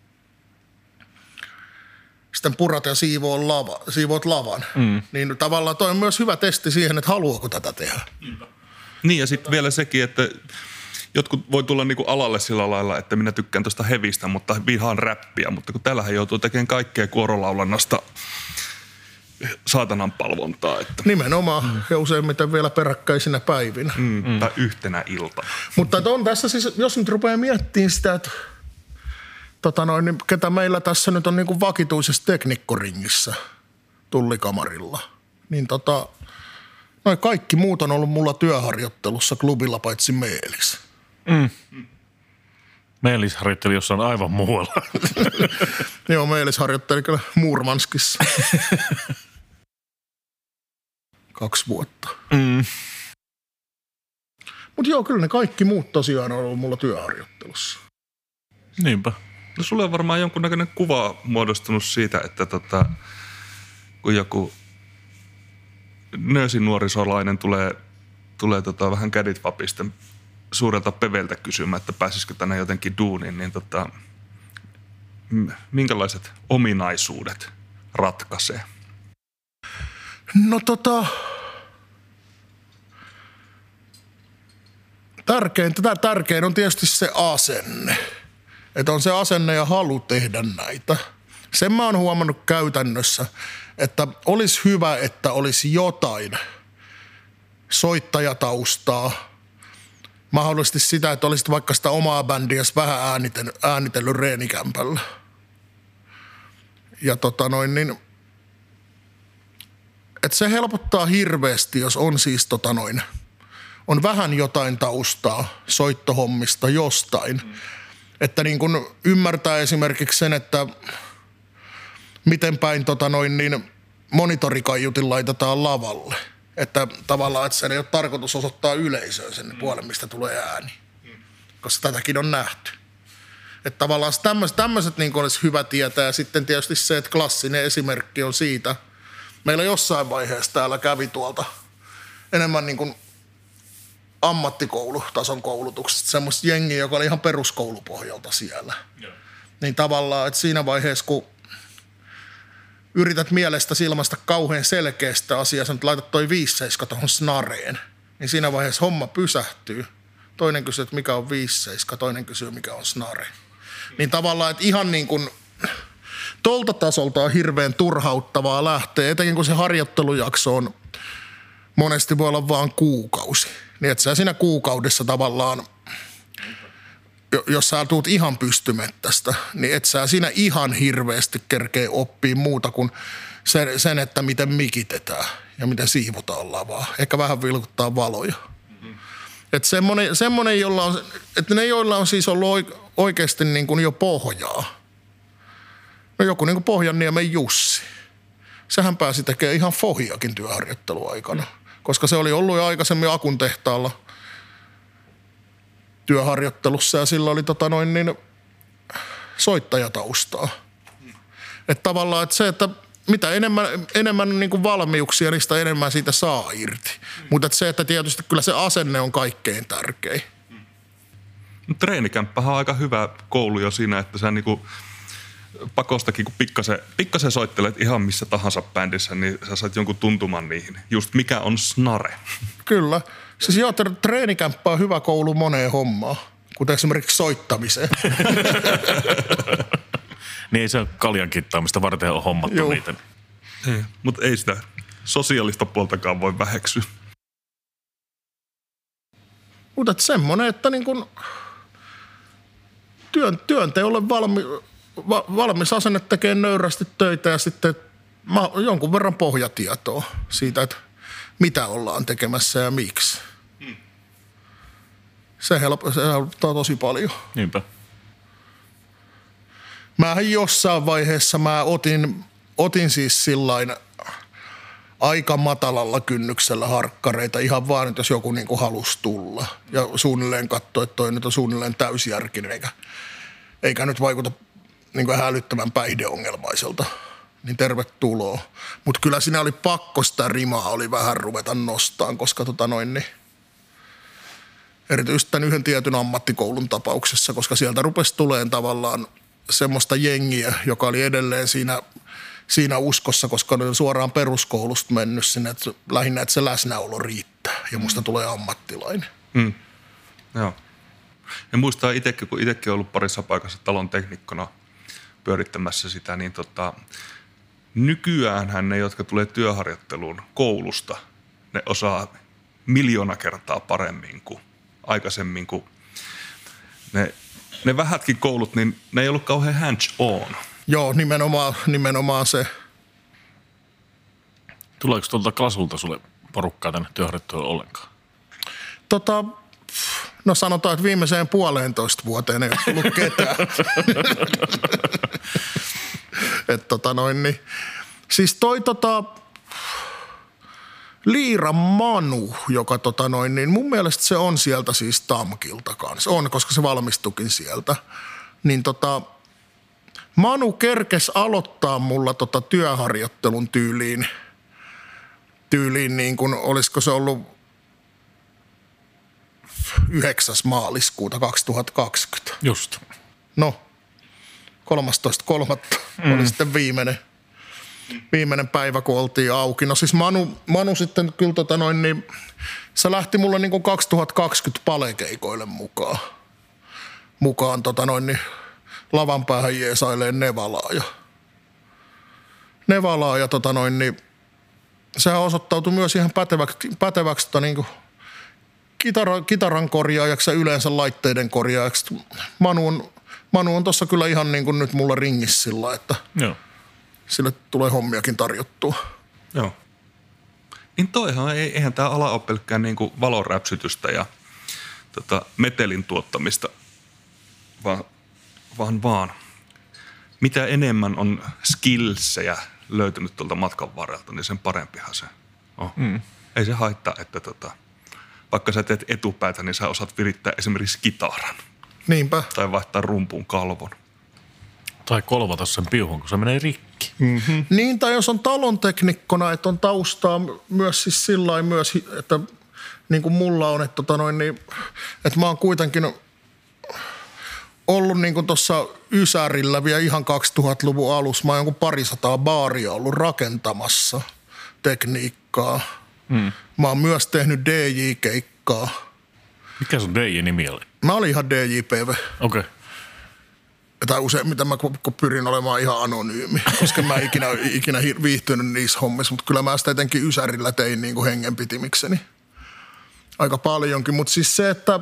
sitten purat ja siivoot, lava, siivoot lavan, mm. niin tavallaan toi on myös hyvä testi siihen, että haluaako tätä tehdä. Niin ja sitten vielä sekin, että jotkut voi tulla niinku alalle sillä lailla, että minä tykkään tuosta hevistä, mutta vihaan räppiä, mutta kun täällähän joutuu tekemään kaikkea kuorolaulannasta saatanan palvontaa. Että. Nimenomaan, mm. ja useimmiten vielä peräkkäisinä päivinä. Mm, mm. Tai yhtenä iltana. Mutta on tässä siis, jos nyt rupeaa miettimään sitä, että tota noin, niin ketä meillä tässä nyt on niin kuin vakituisessa teknikkoringissä tullikamarilla, niin tota, noin kaikki muut on ollut mulla työharjoittelussa klubilla paitsi Meelis. Mm. Meelis harjoitteli jossain aivan muualla. Joo, Meelis harjoitteli kyllä Murmanskissa. Kaksi vuotta. Mm. Mutta joo, kyllä ne kaikki muut tosiaan on ollut mulla työharjoittelussa. Niinpä. No sulle on varmaan jonkunnäköinen kuva muodostunut siitä, että tota, kun joku nöösin nuorisolainen tulee, tulee tota vähän kädit vapisten suurelta Peveltä kysymään, että pääsisikö tänne jotenkin duuniin, niin tota, minkälaiset ominaisuudet ratkaisee? No tota, tärkein, tätä tärkein on tietysti se asenne. Että on se asenne ja halu tehdä näitä. Sen mä oon huomannut käytännössä, että olisi hyvä, että olisi jotain soittajataustaa. Mahdollisesti sitä, että olisit vaikka sitä omaa bändiä vähän äänitellyt, äänitellyt reenikämpällä. Ja tota noin, niin että se helpottaa hirveästi, jos on siis tota noin, on vähän jotain taustaa soittohommista jostain. Mm. Että niin kun ymmärtää esimerkiksi sen, että miten päin tota noin, niin monitorikaiutin laitetaan lavalle. Että tavallaan, että sen ei ole tarkoitus osoittaa yleisöön sen mm. puolen, mistä tulee ääni. Mm. Koska tätäkin on nähty. Että tavallaan tämmöiset, tämmöiset niin olisi hyvä tietää. Ja sitten tietysti se, että klassinen esimerkki on siitä. Meillä jossain vaiheessa täällä kävi tuolta enemmän niin kuin ammattikoulutason koulutuksesta. Semmoista jengiä, joka oli ihan peruskoulupohjalta siellä. Yeah. Niin tavallaan, että siinä vaiheessa, kun yrität mielestä ilmaista kauhean selkeästä asiasta, että laitat toi viisi seitsemän tuohon snareen, niin siinä vaiheessa homma pysähtyy. Toinen kysyy, että mikä on viisi seitsemän, toinen kysyy, mikä on snare. Niin tavallaan, että ihan niin kuin tolta tasolta on hirveän turhauttavaa lähteä, etenkin kun se harjoittelujakso on monesti voi olla vaan kuukausi. Niin että sä siinä kuukaudessa tavallaan, jos sä tuut ihan pystymettästä, niin et sä siinä ihan hirveästi kerkee oppia muuta kuin sen, sen että miten mikitetään ja miten siivotaan lavaa. Ehkä vähän vilkuttaa valoja. Mm-hmm. Että semmonen, semmonen, jolla on, että ne joilla on siis ollut oikeasti niin kuin jo pohjaa. No joku niin kuin Pohjanniemen Jussi. Sehän pääsi tekemään ihan fohiakin työharjoitteluaikana, koska se oli ollut jo aikaisemmin Akun tehtaalla työharjoittelussa ja sillä oli tota noin niin soittajataustaa. Että tavallaan että se, että mitä enemmän, enemmän niin kuin valmiuksia, niin sitä enemmän siitä saa irti. Mm. Mutta että se, että tietysti kyllä se asenne on kaikkein tärkein. Mm. Treenikämppähän on aika hyvä koulu jo siinä, että sä niinku pakostakin, kun pikkasen, pikkasen soittelet ihan missä tahansa bändissä, niin sä saat jonkun tuntuman niihin. Just mikä on snare. Kyllä. Siis joo, treenikämppä on hyvä koulu moneen hommaan, kuten esimerkiksi soittamiseen. Niin ei se ole kaljan kittaamista varten on hommattu joo. Niitä. Mutta ei sitä sosiaalista puoltakaan voi väheksyä. Mutta semmoinen, että niin kun työn, työnteolle valmi, va, valmis asenne tekee nöyrästi töitä ja sitten jonkun verran pohjatietoa siitä, että mitä ollaan tekemässä ja miksi. Hmm. Se, help, se helpottaa tosi paljon. Niinpä. Mähän jossain vaiheessa mä otin, otin siis sillain aika matalalla kynnyksellä harkkareita ihan vaan, että jos joku niinku halusi tulla. Ja suunnilleen katsoi, että toi nyt on suunnilleen täysjärkinen, eikä, eikä nyt vaikuta niinku hälyttävän päihdeongelmaiselta. Niin tervetuloa. Mutta kyllä siinä oli pakko sitä rimaa oli vähän ruveta nostaan, koska tota noin niin, erityisesti tämän yhden tietyn ammattikoulun tapauksessa, koska sieltä rupesi tulemaan tavallaan semmoista jengiä, joka oli edelleen siinä, siinä uskossa, koska oli suoraan peruskoulusta mennyt sinne, että lähinnä, että se läsnäolo riittää ja musta mm. tulee ammattilainen. Mm. Joo. Ja muistaa itsekin, kun itsekin on ollut parissa paikassa talon teknikkona pyörittämässä sitä, niin tota, nykyäänhän ne, jotka tulee työharjoitteluun koulusta, ne osaa miljoona kertaa paremmin kuin aikaisemmin, kun ne, ne vähätkin koulut, niin ne ei ollut kauhean hands on. Joo, nimenomaan, nimenomaan se. Tuleeko tuolta klasulta sulle porukkaa tänne työharjoitteluun ollenkaan? Tota, no sanotaan, että viimeiseen puoleentoista vuoteen ei ole tullut ketään. Että tota noin niin. Siis toi tota Liira Manu, joka tota noin niin, mun mielestä se on sieltä siis Tamkilta kanssa. On, koska se valmistukin sieltä. Niin tota Manu kerkes aloittaa mulla tota työharjoittelun tyyliin. Tyyliin niin kuin, olisiko se ollut yhdeksäs maaliskuuta kaksituhattakaksikymmentä. Just. No, kolmastoista kolmatta mm. oli sitten viimeinen, viimeinen päivä, kun oltiin auki. No siis Manu, Manu sitten kyllä tota noin, niin se lähti mulle niin kuin kaksituhattakaksikymmentä palekeikoille mukaan. Mukaan tota noin, niin lavan päähän jeesailee Nevalaa ja, Nevalaa ja tota noin, niin sehän osoittautui myös ihan päteväksi, päteväksi tota niin kuin kitara, kitaran korjaajaksi ja yleensä laitteiden korjaajaksi. Manu on, Manu on tossa kyllä ihan niin kuin nyt mulla ringissä sillä, että Joo. sille tulee hommiakin tarjottua. Joo. Niin toihan, eihän tämä ala ole pelkkään niin kuin valonräpsytystä ja tota, metelin tuottamista, vaan, vaan vaan. Mitä enemmän on skillsejä löytynyt tuolta matkan varrelta, niin sen parempihan se on. Mm. Ei se haittaa, että tota, vaikka sä teet etupäätä, niin sä osaat virittää esimerkiksi kitaran. Niinpä. Tai vaihtaa rumpuun kalvon. Tai kolvata sen piuhun, kun se menee rikki. Mm-hmm. Niin, tai jos on talon teknikkona, että on taustaa myös siis sillain myös, että niin kuin mulla on, että, tota noin, niin, että mä oon kuitenkin ollut niin kuin tuossa Ysärillä vielä ihan kaksituhattaluvun alussa. Mä oon jonkun parisataa baaria ollut rakentamassa tekniikkaa. Mm. Mä oon myös tehnyt D J-keikkaa. Mikä sun D J-nimi oli? Mä olin ihan D J P V. Okei. Okay. Tai useimmiten mä pyrin olemaan ihan anonyymi, koska mä en ikinä, ikinä viihtynyt niissä hommissa, mutta kyllä mä sitä etenkin Ysärillä tein niin kuin hengenpitimikseni aika paljonkin. Mutta siis se, että,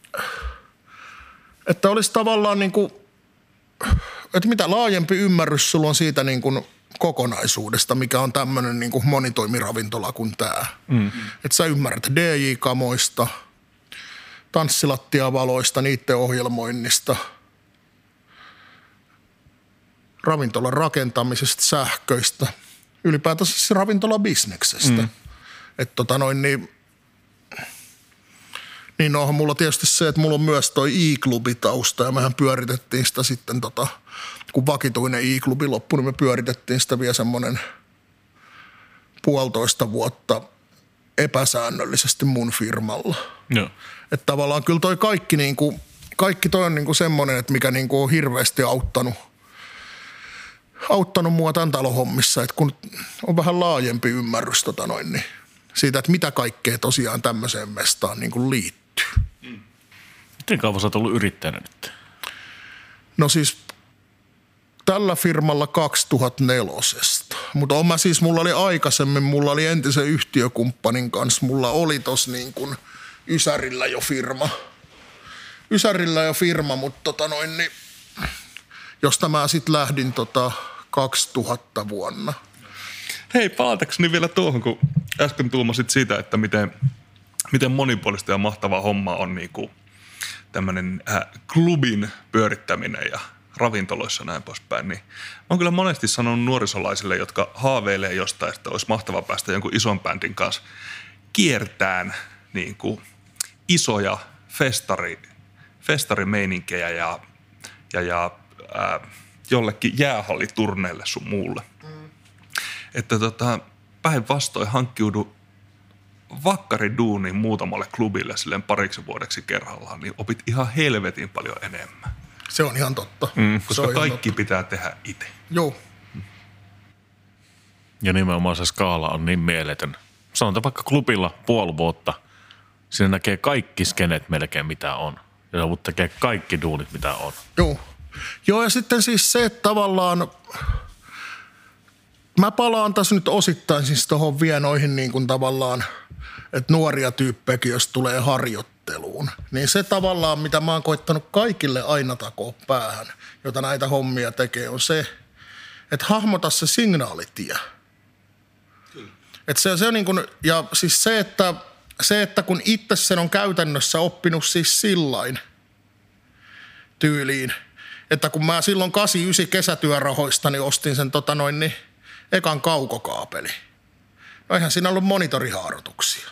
että olisi tavallaan niin kuin, että mitä laajempi ymmärrys sulla on siitä niin kuin kokonaisuudesta, mikä on tämmöinen niin kuin monitoimiravintola kuin tämä. Mm. Että sä ymmärrät D J-kamoista, tanssilattiavaloista, niiden ohjelmoinnista, ravintolan rakentamisesta, sähköistä, ylipäätänsä siis ravintolabisneksestä. Mm. Että tota noin niin, niin onhan mulla tietysti se, että mulla on myös toi i-klubitausta ja mehän pyöritettiin sitä sitten tota, kun vakituinen i-klubi loppui, niin me pyöritettiin sitä vielä semmoinen puolitoista vuotta epäsäännöllisesti mun firmalla. Joo. Että tavallaan kyllä toi kaikki niinku, kaikki toi on niinku semmoinen, että mikä niinku on hirveästi auttanut auttanut mua tämän talon hommissa, että kun on vähän laajempi ymmärrys tota noin, niin siitä, että mitä kaikkea tosiaan tämmöiseen mestaan niin kuin liittyy. Mm. Miten kauan sä oot ollut yrittäjänä nyt? No siis tällä firmalla kaksituhattaneljä. Mutta on mä siis, mulla oli aikaisemmin, mulla oli entisen yhtiökumppanin kanssa, mulla oli tossa niin kuin Ysärillä jo firma. Ysärillä jo firma, mutta tota noin, niin josta mä sitten lähdin tota kaksituhatta vuonna. Hei, palatakseni vielä tuohon, kun äsken tuumasit siitä, että miten, miten monipuolista ja mahtavaa hommaa on niinku tämmöinen äh, klubin pyörittäminen ja ravintoloissa näin poispäin. Niin mä oon kyllä monesti sanonut nuorisolaisille, jotka haaveilee jostain, että olisi mahtavaa päästä jonkun ison bändin kanssa kiertään niinku isoja festari, festarimeininkkejä ja, ja, ja Ää, jollekin jäähalliturneille sun muulle. Mm. Että tota, päinvastoin hankkiudu vakkariduuniin muutamalle klubille silleen pariksi vuodeksi kerrallaan, niin opit ihan helvetin paljon enemmän. Se on ihan totta. Mm. Koska kaikki totta. Pitää tehdä itse. Joo. Mm. Ja nimenomaan se skaala on niin mieletön. Sanotaan vaikka klubilla puoli vuotta, siinä näkee kaikki skenet melkein mitä on. Ja joudut tekee kaikki duunit mitä on. Joo. Joo, ja sitten siis se, että tavallaan mä palaan tässä nyt osittain siis tuohon vielä noihin niin kuin tavallaan, että nuoria tyyppejäkin, jos tulee harjoitteluun, niin se tavallaan, mitä mä oon koittanut kaikille aina takoa päähän, jota näitä hommia tekee, on se, että hahmota se signaalitie. Kyllä. Että se, se on niin kuin, ja siis se, että, se, että kun itse sen on käytännössä oppinut siis sillain tyyliin, että kun mä silloin kahdeksankymmentäyhdeksän kesätyörahoista niin ostin sen tota noin niin ekan kaukokaapeli. No eihän siinä ollut monitorihaarotuksia.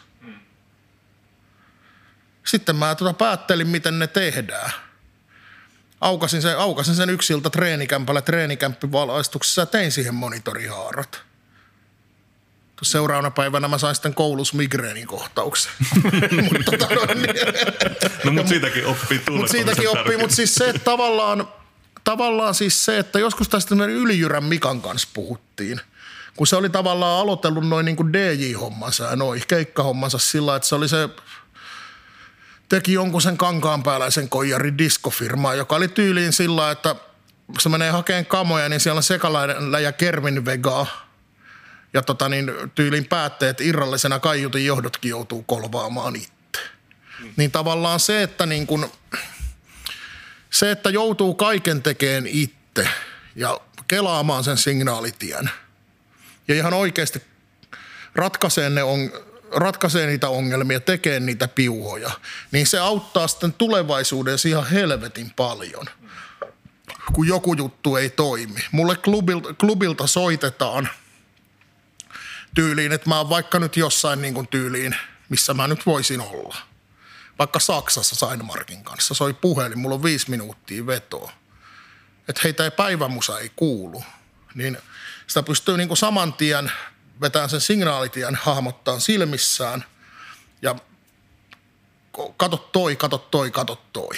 Sitten mä tota päättelin, miten ne tehdään. Aukasin sen, aukasin sen yksi ilta treenikämpällä treenikämppivalaistuksessa ja tein siihen monitorihaarat. Seuraavana päivänä mä sain sitten koulussa migreenikohtauksen. mutta tota, no, niin. no mutta siitäkin oppii tunnettamisen Mutta siitäkin oppii, mutta siis se, että tavallaan, tavallaan siis se, että joskus tästä Ylijyrän Mikan kanssa puhuttiin. Kun se oli tavallaan aloitellut noin niin kuin D J-hommansa ja noin keikkahommansa sillä, että se oli se, teki jonkun sen kankaanpääläisen koijarin diskofirmaa, joka oli tyyliin sillä, että kun se menee hakemaan kamoja, niin siellä on sekalainen ja Kermin Vegaa. Ja tota niin, tyylin päätteet irrallisena kaiutin johdotkin joutuu kolvaamaan itse. Mm. Niin tavallaan se, että niin kun, se, että joutuu kaiken tekemään itse ja kelaamaan sen signaalitien ja ihan oikeasti ratkaisee, ne on, ratkaisee niitä ongelmia, tekee niitä piuhoja, niin se auttaa sitten tulevaisuudessa ihan helvetin paljon, kun joku juttu ei toimi. Mulle klubilta, klubilta soitetaan tyyliin, että mä oon vaikka nyt jossain niin kuin tyyliin, missä mä nyt voisin olla. Vaikka Saksassa Seinmarkin kanssa soi puhelin, mulla on viisi minuuttia vetoa. Että heitä ei päivämusa ei kuulu. Niin sitä pystyy niin kuin saman tien vetämään sen signaalitien hahmottaa silmissään ja kato toi, kato toi, kato toi.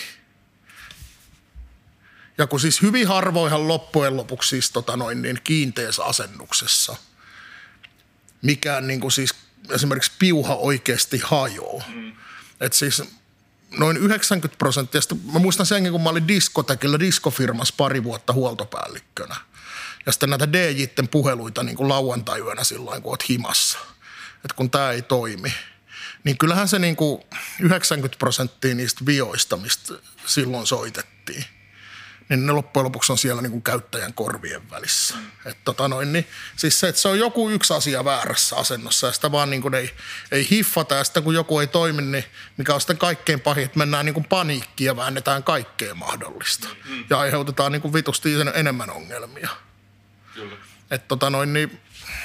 Ja kun siis hyvin harvoinhan loppujen lopuksi siis tota noin niin kiinteässä asennuksessa mikään niin kuin siis esimerkiksi piuha oikeasti hajoaa. Mm. Että siis noin yhdeksänkymmentä prosenttia, mä muistan senkin, kun mä olin diskotekillä diskofirmassa pari vuotta huoltopäällikkönä. Ja sitten näitä D J:tten puheluita niin kuin lauantai-yönä silloin, kun oot himassa. Että kun tää ei toimi. Niin kyllähän se niin kuin yhdeksänkymmentä prosenttia niistä vioista, mistä silloin soitettiin, niin ne loppujen lopuksi on siellä niin kuin käyttäjän korvien välissä. Että tota noin, niin, siis se, että se on joku yksi asia väärässä asennossa ja sitä vaan niin kuin ei, ei hiffata ja sitten kun joku ei toimi, niin mikä on sitten kaikkein pahin, että mennään niin kuin paniikkiin ja väännetään kaikkea mahdollista. Mm. Ja aiheutetaan niin kuin vitusti enemmän ongelmia. Kyllä. Että tota noin, niin,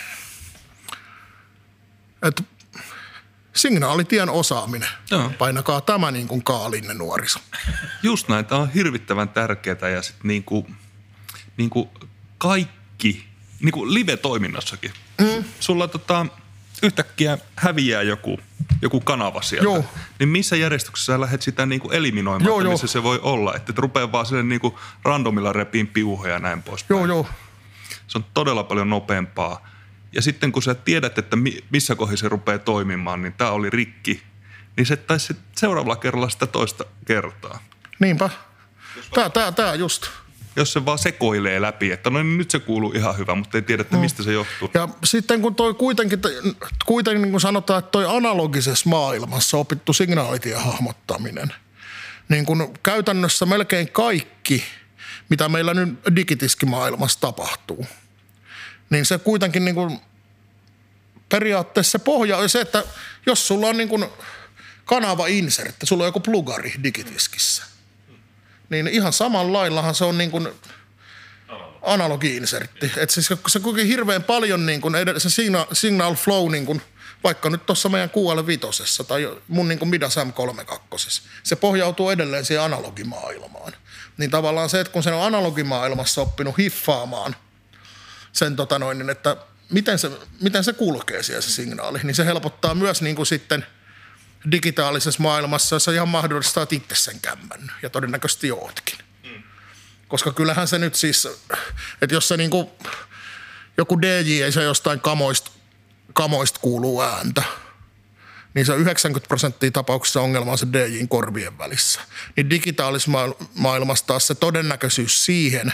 että signaalitien osaaminen. Joo. Painakaa tämä niin kuin kaalinne nuoriso. Just näin. Tämä on hirvittävän tärkeää ja sitten niin kuin, niin kuin kaikki, niin kuin live-toiminnassakin. Mm. Sulla tota, yhtäkkiä häviää joku, joku kanava sieltä. Joo. Niin missä järjestyksessä sä lähdet sitä niin kuin eliminoimaan, joo, missä jo. se voi olla? Että et rupeaa vaan sille niin kuin randomilla repiin piuhoja ja näin poispäin. Joo, joo. Se on todella paljon nopeampaa. Ja sitten kun sä tiedät, että missä kohdassa se rupeaa toimimaan, niin tää oli rikki, niin se taisi seuraavalla kerralla sitä toista kertaa. Niinpä. Tää, tää, tää just. Jos se vaan sekoilee läpi, että no niin nyt se kuuluu ihan hyvä, mutta ei tiedä, että mistä se johtuu. Ja sitten kun toi kuitenkin, kuitenkin niin kuin sanotaan, että toi analogisessa maailmassa opittu signaalitien hahmottaminen, niin kun käytännössä melkein kaikki, mitä meillä nyt digitiskimaailmassa tapahtuu, niin se kuitenkin niin kuin periaatteessa se pohja on se, että jos sulla on niin kuin kanava insertti, sulla on joku plugari digitiskissä, niin ihan samalla laillahan se on niin kuin analogi-insertti. Että siis se kuitenkin hirveän paljon niin kuin se signal, signal flow, niin kuin, vaikka nyt tuossa meidän Q L viisi tai mun niin kuin Midas M kolmekymmentäkaksi, se pohjautuu edelleen siihen analogimaailmaan. Niin tavallaan se, että kun se on analogimaailmassa oppinut hiffaamaan sen tota noin, että miten se, miten se kulkee siellä se signaali, niin se helpottaa myös niin kuin sitten digitaalisessa maailmassa, jossa ihan mahdollista, että itse sen kämmännyt ja todennäköisesti ootkin. Mm. Koska kyllähän se nyt siis, että jos se niin kuin, joku D J ei se jostain kamoista, kamoista kuuluu ääntä, niin se yhdeksänkymmentä prosenttia tapauksessa ongelma on se D J:n korvien välissä. Niin digitaalisessa maailmassa taas se todennäköisyys siihen,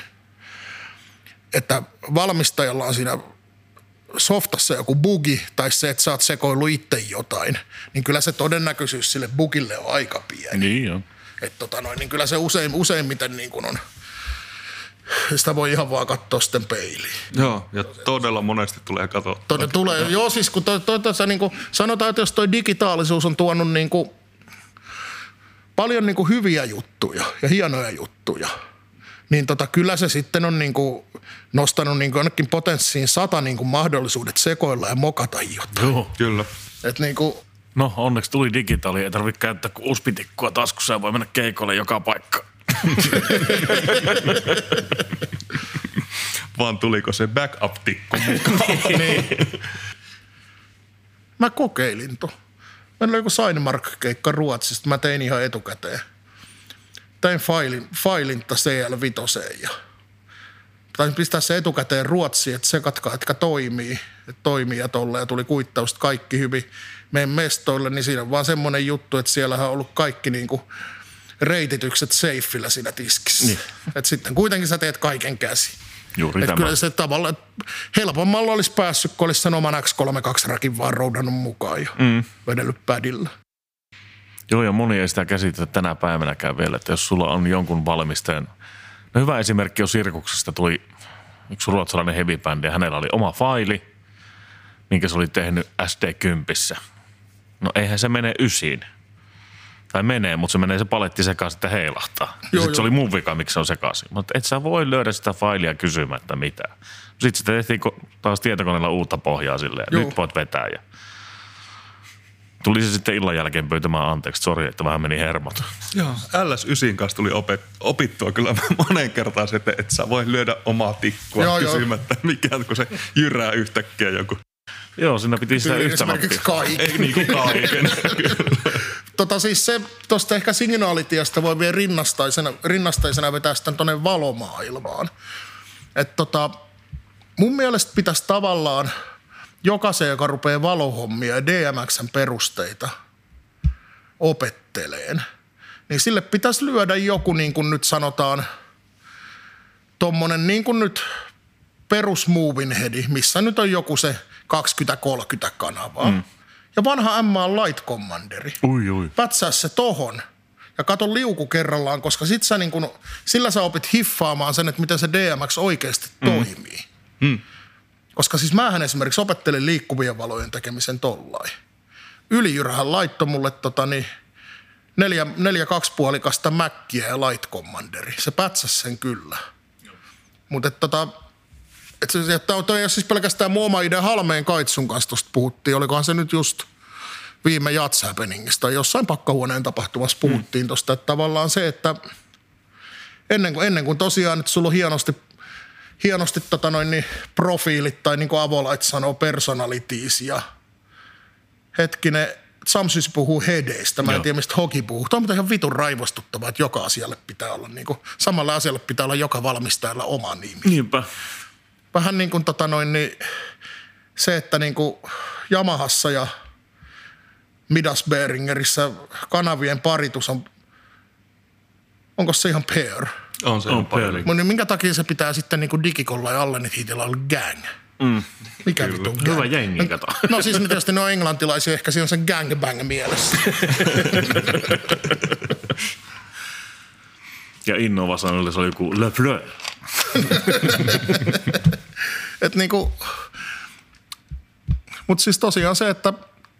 että valmistajalla on siinä softassa joku bugi tai se, että sä oot sekoillut itse jotain, niin kyllä se todennäköisyys sille bugille on aika pieni. Niin jo. Että tota noin, niin kyllä se usein, useimmiten niin kuin on, sitä voi ihan vaan katsoa sitten peiliin. Joo, ja todella monesti tulee katsoa. Todella tulee, joo siis kun to, to, to, niin kuin sanotaan, että jos toi digitaalisuus on tuonut niin kuin paljon niin kuin hyviä juttuja ja hienoja juttuja, niin tota, kyllä se sitten on niinku nostanut niinku jonnekin potenssiin sata niinku mahdollisuudet sekoilla ja mokata jotain. Joo, kyllä. Et niinku, no onneksi tuli digitaali, ei tarvitse käyttää kuin U S B-tikkua taskussa ja voi mennä keikolle joka paikka. Vaan tuliko se backup-tikku mukaan? niin. Mä kokeilin to. Meillä oli joku Signmark-keikka Ruotsista. Mä tein ihan etukäteen. Tein failin, failinta C L viisi ja taisin pistää se etukäteen Ruotsiin, että sekatkaa, että toimii. Että toimii ja tolle ja tuli kuittausta kaikki hyvin. Meidän mestoille, niin siinä on vaan semmoinen juttu, että siellähän on ollut kaikki niinku reititykset seifillä siinä tiskissä. Niin. Että sitten kuitenkin sä teet kaiken käsi. Juuri että kyllä se tavallaan helpommalla olisi päässyt, kun olisi sen oman X kolmekymmentäkaksi-rakin vaan roudannut mukaan ja mm. vedellyt pädillä. Joo, ja moni ei sitä käsitä tänä päivänäkään vielä, että jos sulla on jonkun valmistajan. No hyvä esimerkki on Sirkuksesta, tuli yksi ruotsalainen heavy-bändi ja hänellä oli oma faili, minkä se oli tehnyt S D kymmenen. No eihän se mene ysiin. Tai menee, mutta se menee se paletti sekaisin, että heilahtaa. Joo, sitten se oli mun vika, miksi se on sekaisin. Mutta et sä voi löydä sitä failia kysymättä mitään. Sitten sitä tehtiin taas tietokoneella uutta pohjaa silleen. Joo. Nyt voit vetää. Ja tuli se sitten illan jälkeen pyytämään anteeksi. Sori, että vähän meni hermot. Joo, L S yhdeksän kanssa tuli opet, opittua kyllä monen kertaan se, että et sä voi lyödä omaa tikkua joo, kysymättä jo. Mikään, kun se jyrää yhtäkkiä joku. Joo, siinä piti sitä yhtä esimerkiksi kaiken. Ei niin kuin kaiken. Tota siis se, tosta ehkä signaalitiestä voi vielä rinnastaisena, rinnastaisena vetää sitten tuonne valomaailmaan. Että tota, mun mielestä pitäisi tavallaan jokaisen, joka rupeaa valohommia ja D M X:n perusteita opetteleen, niin sille pitäisi lyödä joku, niin kuin nyt sanotaan, tommonen niin kuin nyt perus moving headi, missä nyt on joku se kaksikymmentä kolmekymmentä kanavaa. Mm. Ja vanha M A Light Commanderi. Ui, ui. Pätsää se tohon ja kato liuku kerrallaan, koska sit sä niin kun, sillä sä opit hiffaamaan sen, että miten se D M X oikeasti mm. toimii. Mm. Koska siis mähän esimerkiksi opettelin liikkuvien valojen tekemisen tollain. Ylijyrähän laittoi mulle tota niin, neljä, neljä kaksipuolikasta Mäkkiä ja Light Commanderi. Se pätsäsi sen kyllä. Mutta tota, että se, että toi ei ole siis pelkästään mun oma idea, Halmeen Kaitsun kanssa tosta puhuttiin. Olikohan se nyt just viime Jats Happeningista tai jossain pakkahuoneen tapahtumassa puhuttiin mm. tosta. Että tavallaan se, että ennen kuin, ennen kuin tosiaan, että sulla on hienosti, hienosti tota noin, niin profiilit tai niin kuin Avolite sanoo personalities ja hetkinen, Samsys puhuu hedeistä. Mä en Joo. tiedä, mistä Hoki puhuu. Tuo on ihan vitun raivostuttavaa, että joka asialle pitää olla niin kuin, samalla asialle pitää olla joka valmistajalla oma nimi. Niinpä. Vähän niin kuin tota noin, niin se, että niin kuin Yamahassa ja Midas Beringerissä kanavien paritus on, onko se ihan pair? On se on pair. Mutta minkä takia se pitää sitten niin kuin Digikolla ja Allenit Heatillä olla gang? Mm. Mikä vitun gang? Hyvä jengi, kato. No siis tietysti ne on englantilaisia, ehkä siinä on sen gangbang mielessä. Ja Innova-sanoille se on joku Le Fleur. Et niinku, mut siis tosiaan se, että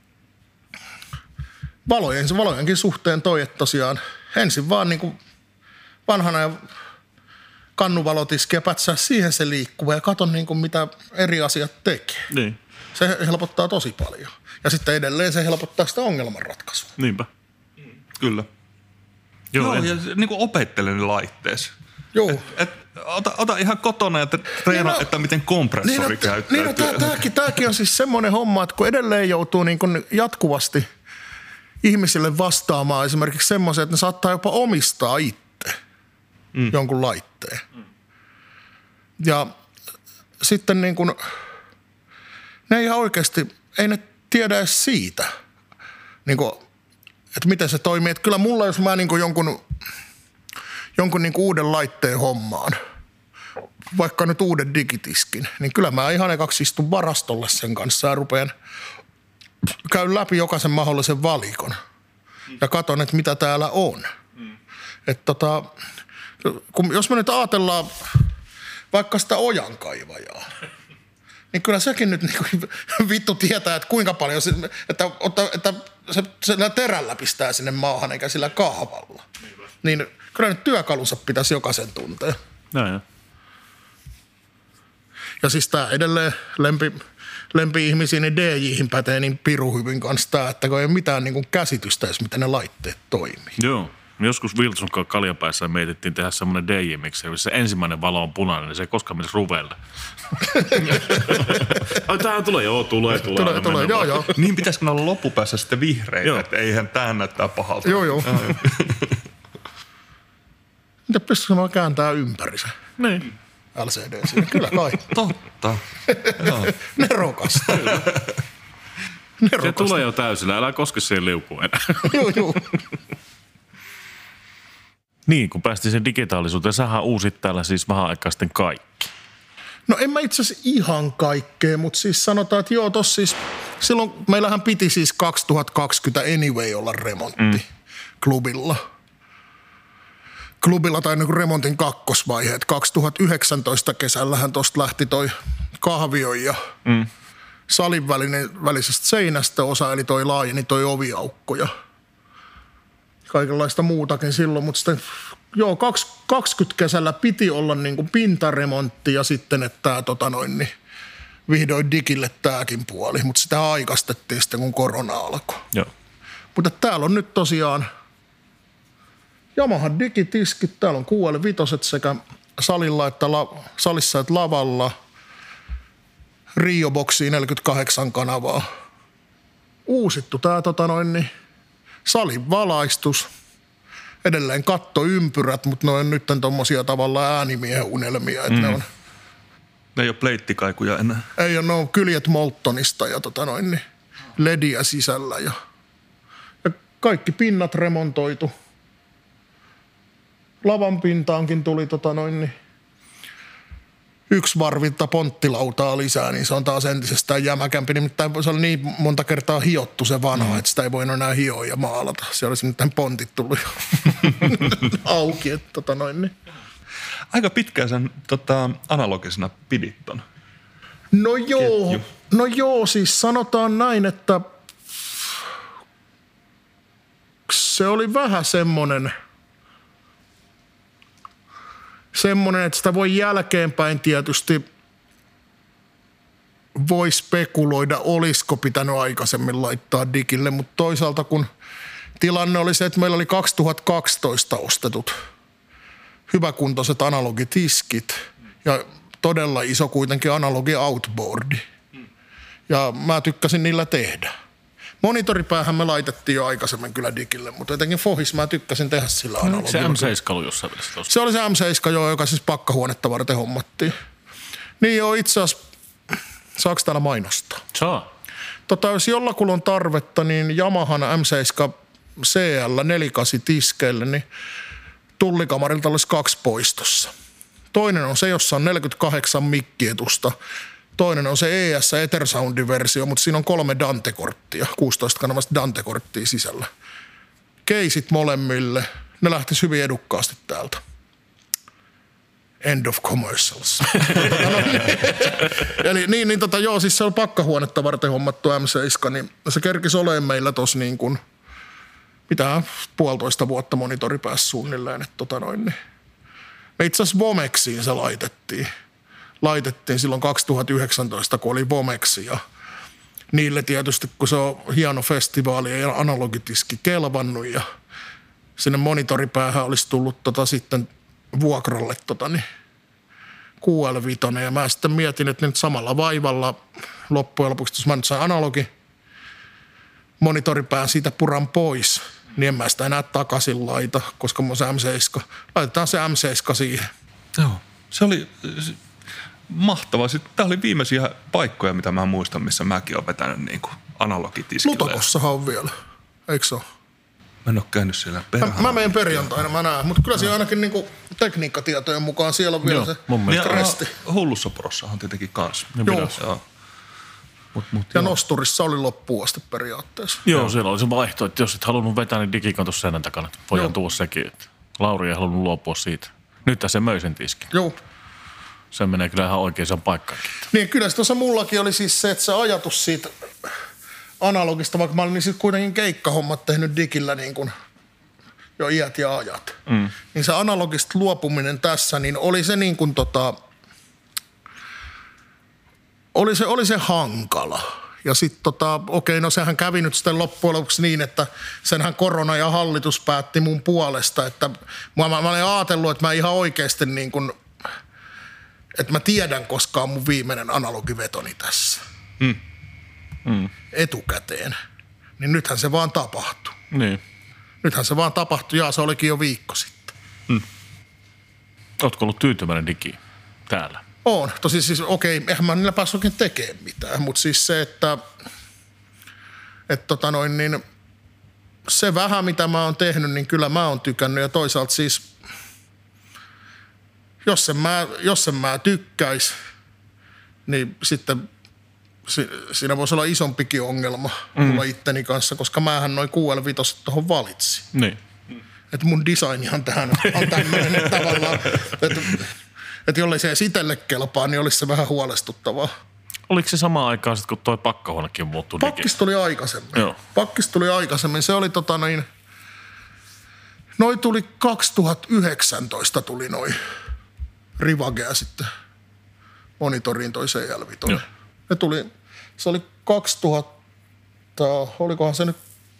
valojen, se valojenkin suhteen toi, että tosiaan ensin vaan niinku vanhana ja kannuvalotiski ja pätsää siihen se liikkuva ja katon niinku mitä eri asiat tekee. Niin. Se helpottaa tosi paljon. Ja sitten edelleen se helpottaa sitä ongelmanratkaisua. Niinpä. Kyllä. Joo, Joo ja niin kuin opettele ne laitteessa. Joo. Et, et, ota, ota ihan kotona ja treenaa, niin että miten kompressori niin käyttää. Niin no, tämäkin, tämäkin on siis semmoinen homma, että kun edelleen joutuu niin kuin jatkuvasti ihmisille vastaamaan esimerkiksi semmoisen, että ne saattaa jopa omistaa itse mm. jonkun laitteen. Mm. Ja sitten niin kuin, ne ei ihan oikeasti, ei ne tiedä edes siitä, niin kuin, että miten se toimii. Että kyllä mulla, jos mä niin kuin jonkun, jonkun niin kuin uuden laitteen hommaan, vaikka nyt uuden digitiskin, niin kyllä mä ihan ekaksi istun varastolle sen kanssa ja rupean käyn läpi jokaisen mahdollisen valikon ja katon, että mitä täällä on. Mm. Että tota, kun, jos me nyt ajatellaan vaikka sitä ojankaivajaa, niin kyllä sekin nyt niin kuin vittu tietää, että kuinka paljon se, että, että se, se terällä pistää sinne maahan eikä sillä kahvalla. Niin, niin kyllä nyt työkalunsa pitäisi jokaisen tuntea. No, ja. ja siis tää edelleen lempi, lempi-ihmisiin, niin D J:hin pätee niin piru hyvin kanssa tää, että kun ei ole mitään niin kuin käsitystä edes, miten ne laitteet toimii. Joo, Joskus Wilson Kaljapäissä mietittiin tehdä semmoinen D J-miksi, jos se ensimmäinen valo on punainen, niin se ei koskaan menisi ruvelle. Ai tämähän tulee, joo, tulee, tulee. Tulee, tulee, joo, joo. Niin pitäisikö ne olla loppupäässä sitten vihreitä, että eihän tää näyttää pahalta. Joo, joo. Mitä pystyisikö mä kääntää ympäri se? Niin. L C D siinä, kyllä kai. Totta. Joo. Nerokasta. Se tulee jo täysillä, älä koske siihen liukuun enää. Joo, joo. Niin, kun päästiin sen digitaalisuuteen, sähän uusit täällä siis vähän aikaa sitten kaikki. No en mä itse asiassa ihan kaikkea, mutta siis sanotaan, että joo, tossa siis, silloin meillähän piti siis kaksituhattakaksikymmentä anyway olla remontti mm. klubilla. Klubilla tai niin kuin remontin kakkosvaiheet. kaksituhattayhdeksäntoista kesällähän tosta lähti toi kahvion ja mm. salin välinen, välisestä seinästä osa, eli toi laajeni toi oviaukko ja kaikenlaista muutakin silloin, mutta sitten joo, kaksikymmentä kesällä piti olla niin kuin pintaremontti ja sitten, että tämä tota noin, niin vihdoin digille tämäkin puoli, mutta sitä aikaistettiin sitten, kun korona alkoi. Joo. Mutta täällä on nyt tosiaan Yamahan digitiskit, täällä on Q L viisi sekä salilla että la, salissa että lavalla, Rio-boksiin neljäkymmentäkahdeksan kanavaa. Uusittu tää tota noin, niin salin valaistus, edelleen kattoympyrät, mutta ne on nyt tommosia tavallaan äänimiehen unelmia, että mm. ne on... Ne ei ole pleittikaikuja enää. Ei ole, ne on kyljet Moltonista ja tota noin, niin lediä sisällä ja, ja kaikki pinnat remontoitu. Lavan pintaankin tuli tota noin, niin yksi varvinta ponttilautaa lisää, niin se on taas entisestään jämäkämpi. Nimittäin se oli niin monta kertaa hiottu se vanha, mm. että sitä ei voi enää hioa ja maalata. Se olisi nyt pontit tullut jo auki. Että tota noin, niin. Aika pitkään sen tota, analogisena pidit ton. No joo, ketju. no joo, siis sanotaan näin, että se oli vähän semmoinen... Semmoinen, että sitä voi jälkeenpäin tietysti voi spekuloida, olisiko pitänyt aikaisemmin laittaa digille, mutta toisaalta kun tilanne oli se, että meillä oli kaksituhattakaksitoista ostetut hyväkuntoiset analogitiskit ja todella iso kuitenkin analogi outboardi. Ja mä tykkäsin niillä tehdä. Monitoripäähän me laitettiin jo aikaisemmin kyllä digille, mutta jotenkin Fohis mä tykkäsin tehdä sillä analogilla. Se M seitsemän ollut jossain välissä tosta. Se oli se M seitsemän, joo, joka siis pakkahuonetta varten hommattiin. Niin joo, itse asiassa, saako täällä mainostaa? Saa. Tota, jos jollakulla on tarvetta, niin Yamahan M seitsemän C L neljäkymmentäkahdeksan tiskeille, niin tullikamarilta olisi kaksi poistossa. Toinen on se, jossa on neljäkymmentäkahdeksan mikkietusta. Toinen on se E S Ethersound-versio, mutta siinä on kolme Dante-korttia, kuusitoista kanavasta Dante-korttia sisällä. Keisit molemmille, ne lähtis hyvin edukkaasti täältä. End of commercials. Eli niin, niin tota, joo, siis se on pakkahuonetta varten hommattu M seitsemän, niin se kerkisi olemaan meillä tossa niin kuin, mitä puolitoista vuotta monitori pääsi suunnilleen, että tota noin, niin. Me itse asiassa Vomexiin se laitettiin. Laitettiin silloin kaksituhattayhdeksäntoista, kun oli Vomexi ja niille tietysti, kun se on hieno festivaali ja analogitiski kelvannut ja sinne monitoripäähän olisi tullut tota sitten vuokralle tota niin Q L viisi ja mä sitten mietin, että nyt samalla vaivalla loppujen lopuksi, jos mä nyt sain analogi monitoripään siitä puran pois, niin en mä sitä enää takaisin laita, koska mun se M seitsemän, laitetaan se M seitsemän siihen. Joo, se oli... Mahtavaa. Tämä oli viimeisiä paikkoja, mitä mä muistan, missä mäkin olen vetänyt niin kuin analogitiskille. Lutakossahan on vielä, eikö se ole? Mä en ole käynyt siellä perhana. Mä, mä menen perjantaina, mä näen, mutta kyllä siellä ainakin niin kuin tekniikkatietojen mukaan siellä on vielä Joo, se resti. Hullussaporossahan tietenkin kans. Joo. Joo. Mut, mut, ja joo. Nosturissa oli loppuun asti periaatteessa. Joo, siellä oli se vaihto, että jos et halunnut vetää, niin digikan tuossa seinän takana. Voidaan tuoda sekin, että Lauri ei halunnut luopua siitä. Nyt se möi sen tiskin. Joo. Se menee kyllä ihan oikeaan paikkaankin. Niin kyllä se tuossa mullakin oli siis se, että se ajatus siitä analogista, vaikka mä olin niin sitten kuitenkin keikkahommat tehnyt digillä niin kuin jo iät ja ajat. Mm. Niin se analogista luopuminen tässä, niin oli se niin kuin tota, oli se, oli se hankala. Ja sitten tota, okei, no sehän kävi nyt sitten loppujen lopuksi niin, että senhän korona ja hallitus päätti mun puolesta, että mä, mä, mä olen ajatellut, että mä ihan oikeasti niin kuin, että mä tiedän, koska on mun viimeinen analogivetoni tässä. Mm. Mm. Etukäteen. Niin nythän se vaan tapahtui. Niin. Nythän se vaan tapahtui, ja se olikin jo viikko sitten. Mm. Ootko ollut tyytyväinen digi täällä? On. Tosi siis, okei, eihän mä niillä päässyt oikein tekemään mitään, mutta siis se, että, että tota noin, niin se vähän, mitä mä oon tehnyt, niin kyllä mä oon tykännyt. Ja toisaalta siis, jos en mä, jos en mä tykkäis, niin sitten si, siinä voisi olla isompikin ongelma mm. mulla itteni kanssa, koska mähän noin Q L viisi tuohon valitsin. Niin. Että mun designihan tähän on tämmöinen, että tavallaan, että, että jollei se edes itselle kelpaa, niin olisi se vähän huolestuttavaa. Oliko se samaan aikaan sitten, kun toi pakkahuonekin muuttui? Pakkis tuli aikaisemmin. Joo. Pakkis tuli aikaisemmin. Se oli tota noin, noi tuli kaksituhattayhdeksäntoista tuli noi Rivagea sitten monitoriin toi C L viisi. Ne tuli, se oli kaksituhatta, olikohan se nyt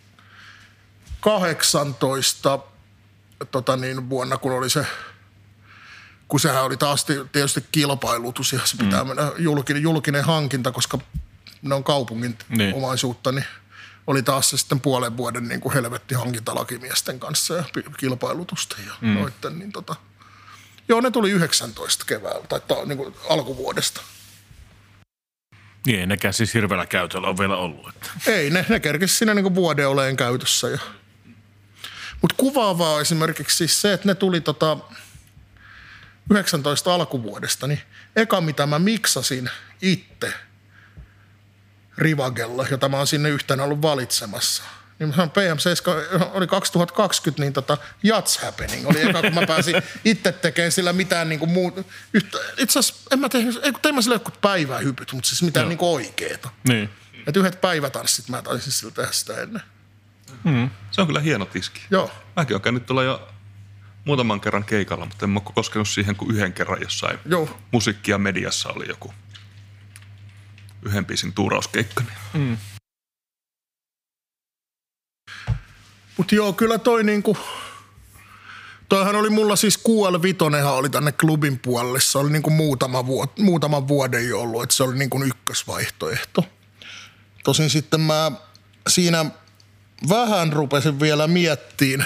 kahdeksantoista tota niin, vuonna, kun oli se, kun sehän oli taas tietysti kilpailutus ja se pitää mm. mennä julkinen, julkinen hankinta, koska ne on kaupungin niin. omaisuutta, niin oli taas se sitten puolen vuoden niin kuin helvetti hankintalakimiesten kanssa ja kilpailutusta ja mm. noitten, niin tota, joo, ne tuli yhdeksäntoista keväällä tai ta, niin kuin alkuvuodesta. Niin, ei nekään siis hirveällä käytöllä on vielä ollut. Että. Ei, ne, ne kerkesi siinä niin kuin vuoden oleen käytössä. Ja. Mutta kuvaavaa on esimerkiksi siis se, että ne tuli tota yhdeksäntoista alkuvuodesta, niin eka mitä mä miksasin itse Rivagella, jota mä oon sinne yhtenä ollut valitsemassa, niin mä P M seitsemän oli kaksituhattakaksikymmentä, niin tota Jats Happening oli eka, kun mä pääsin itse tekemään sillä mitään niinku muuta. Itse asiassa en mä tehnyt, ei kun tein mä sillä jotkut päivähypyt, mutta siis mitään niinku oikeeta. Niin. Että yhdet päivätanssit mä taisin sillä tehdä sitä ennen. Mm. Se on kyllä hieno tiski. Joo. Mäkin oon käynyt tuolla jo muutaman kerran keikalla, mutta en mä ole koskenut siihen kuin yhden kerran jossain Joo. musiikki- ja mediassa oli joku yhden biisin tuurauskeikka. Mm. Mutta joo, kyllä toi niinku, toihan oli mulla siis Q L viisi oli tänne klubin puolelle. Se oli niinku muutama, vuot, muutama vuoden jo ollut, että se oli niinku ykkösvaihtoehto. Tosin sitten mä siinä vähän rupesin vielä miettiin,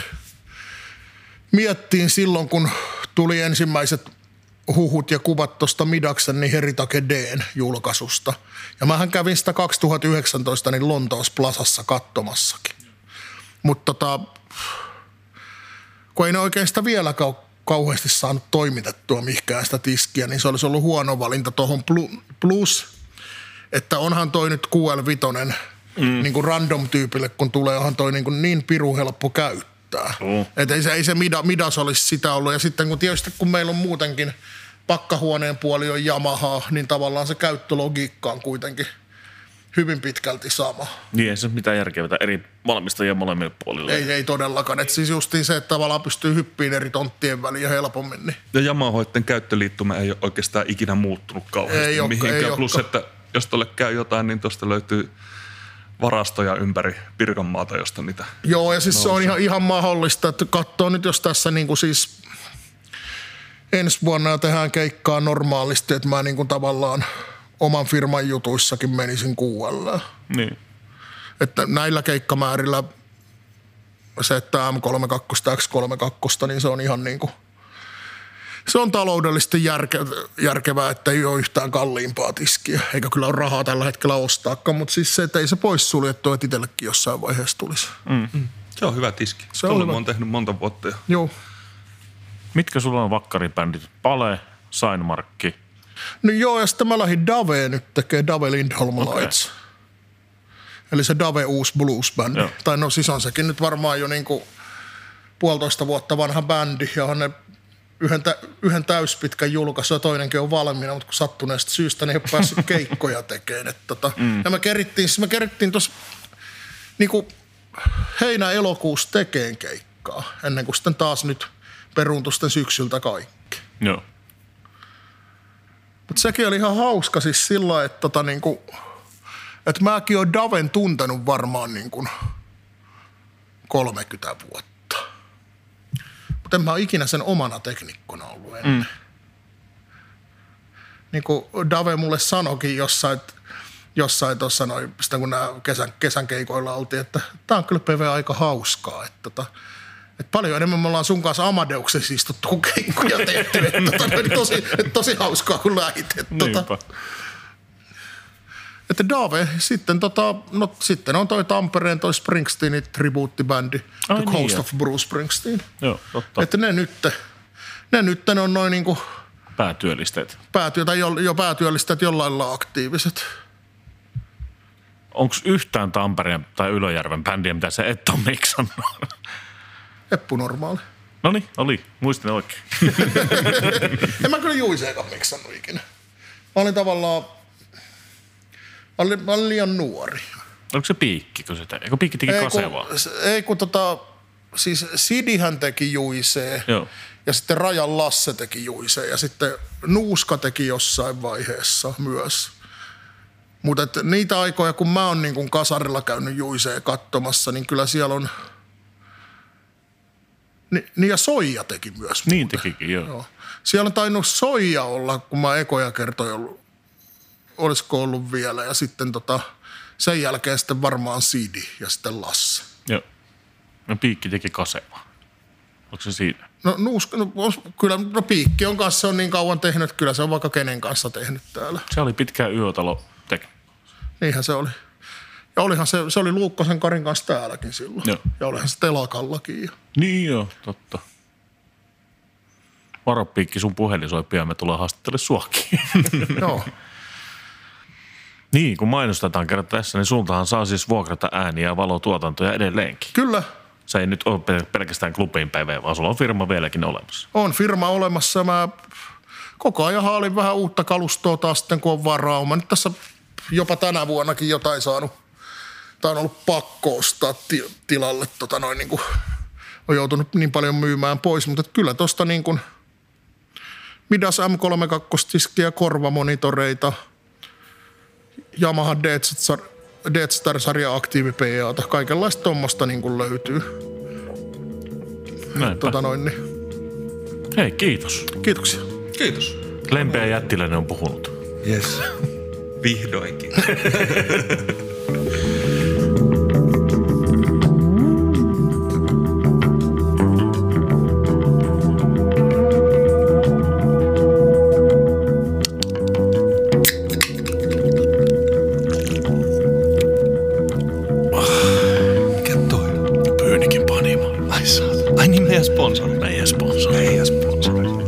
miettiin silloin, kun tuli ensimmäiset huhut ja kuvat tuosta Midaksen niin Heritage D:n julkaisusta. Ja mähän kävin sitä kaksituhattayhdeksäntoista niin Lontoossa Plasassa katsomassakin. Mutta tota, kun ei ne oikein sitä vielä kau- kauheasti saanut toimitettua mihinkään sitä tiskiä, niin se olisi ollut huono valinta tuohon plus, että onhan toi nyt Q L viisi mm. niin kuin random-tyypille, kun tulee, onhan toi niin, kuin niin pirun helppo käyttää. Mm. Että ei se, ei se mida, Midas olisi sitä ollut. Ja sitten kun tietysti kun meillä on muutenkin pakkahuoneen puoli on Yamaha, niin tavallaan se käyttölogiikka on kuitenkin hyvin pitkälti sama. Niin ei se mitään järkeä eri valmistajia molemmille puolille. Ei, ei todellakaan. Et siis justiin se, että tavallaan pystyy hyppiin eri tonttien väliin helpommin. Niin. Ja Yamahoitten käyttöliittymä ei ole oikeastaan ikinä muuttunut kauheasti ei mihinkään. Ei Plus, että jos tuolle käy jotain, niin tuosta löytyy varastoja ympäri Pirkanmaata, josta niitä Joo, ja siis nousee. Se on ihan, ihan mahdollista, että katsoo nyt, jos tässä niinku siis ensi vuonna tehdään keikkaa normaalisti, että mä niinku tavallaan oman firman jutuissakin menisin Q L. Niin. Että näillä keikkamäärillä se, että M kolmekymmentäkaksi, X kolmekymmentäkaksi, niin se on ihan niinku, se on taloudellisesti järke, järkevää, että ei ole yhtään kalliimpaa tiskiä. Eikä kyllä ole rahaa tällä hetkellä ostaakaan, mutta siis se, että ei se pois suljettu, että itsellekin jossain vaiheessa tulisi. Mm. Mm. Se on hyvä tiski. Se on, hyvä. Mä oon tehnyt monta vuotta jo. Joo. Mitkä sulla on vakkaribändit? Pale, Sainmarkki? No joo, ja sitten mä lähdin Daveen nyt tekee Dave Lindholm okay. Lights. Eli se Dave uusi blues-bändi. Joo. Tai no siis on sekin nyt varmaan jo niinku puolitoista vuotta vanha bändi, johon ne yhden, tä, yhden täyspitkän julkaisu ja toinenkin on valmiina, mutta kun sattuneesta syystä niin ei ole päässyt keikkoja tekemään. Et tota, mm. Ja me kerittiin, siis me kerittiin tuossa niinku heinä-elokuussa tekeen keikkaa, ennen kuin sitten taas nyt peruuntusten syksyltä kaikki. Joo. Mutta sekin oli ihan hauska siis sillä, että tota niinku, Että mäkin oon Daven tuntenut varmaan niin kuin kolmekymmentä vuotta. Mutta en mä ole ikinä sen omana teknikkona ollut ennen. Mm. Niin kuin Dave mulle sanoikin jossain, jossain tuossa noin, sitä kun nämä kesän, kesän keikoilla oltiin, että tää on kyllä P V aika hauskaa. Että, että, että paljon enemmän me ollaan sun kanssa Amadeuksessa istuttu kuin keikkoja tehty. Että, että, tosi, että tosi hauskaa kun lähit. Että, että Dave, sitten, tota, no, sitten on toi Tampereen toi Springsteenin tribuuttibändi, The niin, Ghost jo. of Bruce Springsteen. Joo, totta. Että ne nyt, ne nyt ne on noin niinku Päätyöllisteet. päätyö, tai jo, jo päätyöllistäjät jollain lailla aktiiviset. Onko yhtään Tampereen tai Ylöjärven bändiä, mitä sä et ole miksannut? Eppu normaali. No niin, oli. Muistin oikein. En mä kyllä Juiseekaan miksannut ikinä. Mä olin tavallaan, mä olin, mä olin liian nuori. Oliko se Piikki, kun sitä, eikö Piikki teki kasevaa? Ei kun tota, siis Sidihän teki Juisee. Joo. Ja sitten Rajan Lasse teki Juisee. Ja sitten Nuuska teki jossain vaiheessa myös. Mutta niitä aikoja, kun mä oon niin kun kasarilla käynyt Juisee katsomassa, niin kyllä siellä on... Ni, niin ja Soija teki myös. Niin muuten. tekikin, joo. Joo. Siellä on tainnut Soija olla, kun mä ekoja kertoin ollut, olisiko ollut vielä. Ja sitten tota, sen jälkeen sitten varmaan Sidi ja sitten Lasse. Joo. No Piikki teki kasevaa. Onko se siinä? No Nuuska, no, kyllä, no Piikki on kanssa, se on niin kauan tehnyt, että kyllä se on vaikka kenen kanssa tehnyt täällä. Se oli pitkään yötalo teki. Niinhän se oli. Ja olihan se, se oli Luukkosen Karin kanssa täälläkin silloin. Joo. Ja olihan se Telakallakin. Ja. Niin joo, totta. Varo Piikki, sun puhelin soi pian, me tullaan haastattelemaan suakin. Joo. Niin, kun mainostetaan kerran tässä, niin sultahan saa siis vuokrata ääniä ja valotuotantoja edelleenkin. Kyllä, Se ei nyt ole pelkästään klubiin päivää, vaan sulla on firma vieläkin olemassa. on firma olemassa. Mä koko ajan haalin vähän uutta kalustoa taas sitten, kun on varaa. Mä nyt tässä jopa tänä vuonnakin jotain saanut, tai on ollut pakko ostaa ti- tilalle. Tota noin, niin kuin, on joutunut niin paljon myymään pois, mutta kyllä tuosta niin kuin Midas M kolmekymmentäkaksi-tiskiä, korvamonitoreita, Yamaha Death Star-sarja Active P A:ta, kaikenlaista tuommoista niin kuin löytyy. Näinpä. Tota noin, niin. Hei, kiitos. Kiitoksia. Kiitos. Lempeä Jättiläinen on puhunut. Yes. Vihdoinkin. Mikä toi? Pyynikin panimo. Ai saat. Ai niin meidän sponsori. Meidän sponsori. Meidän sponsori.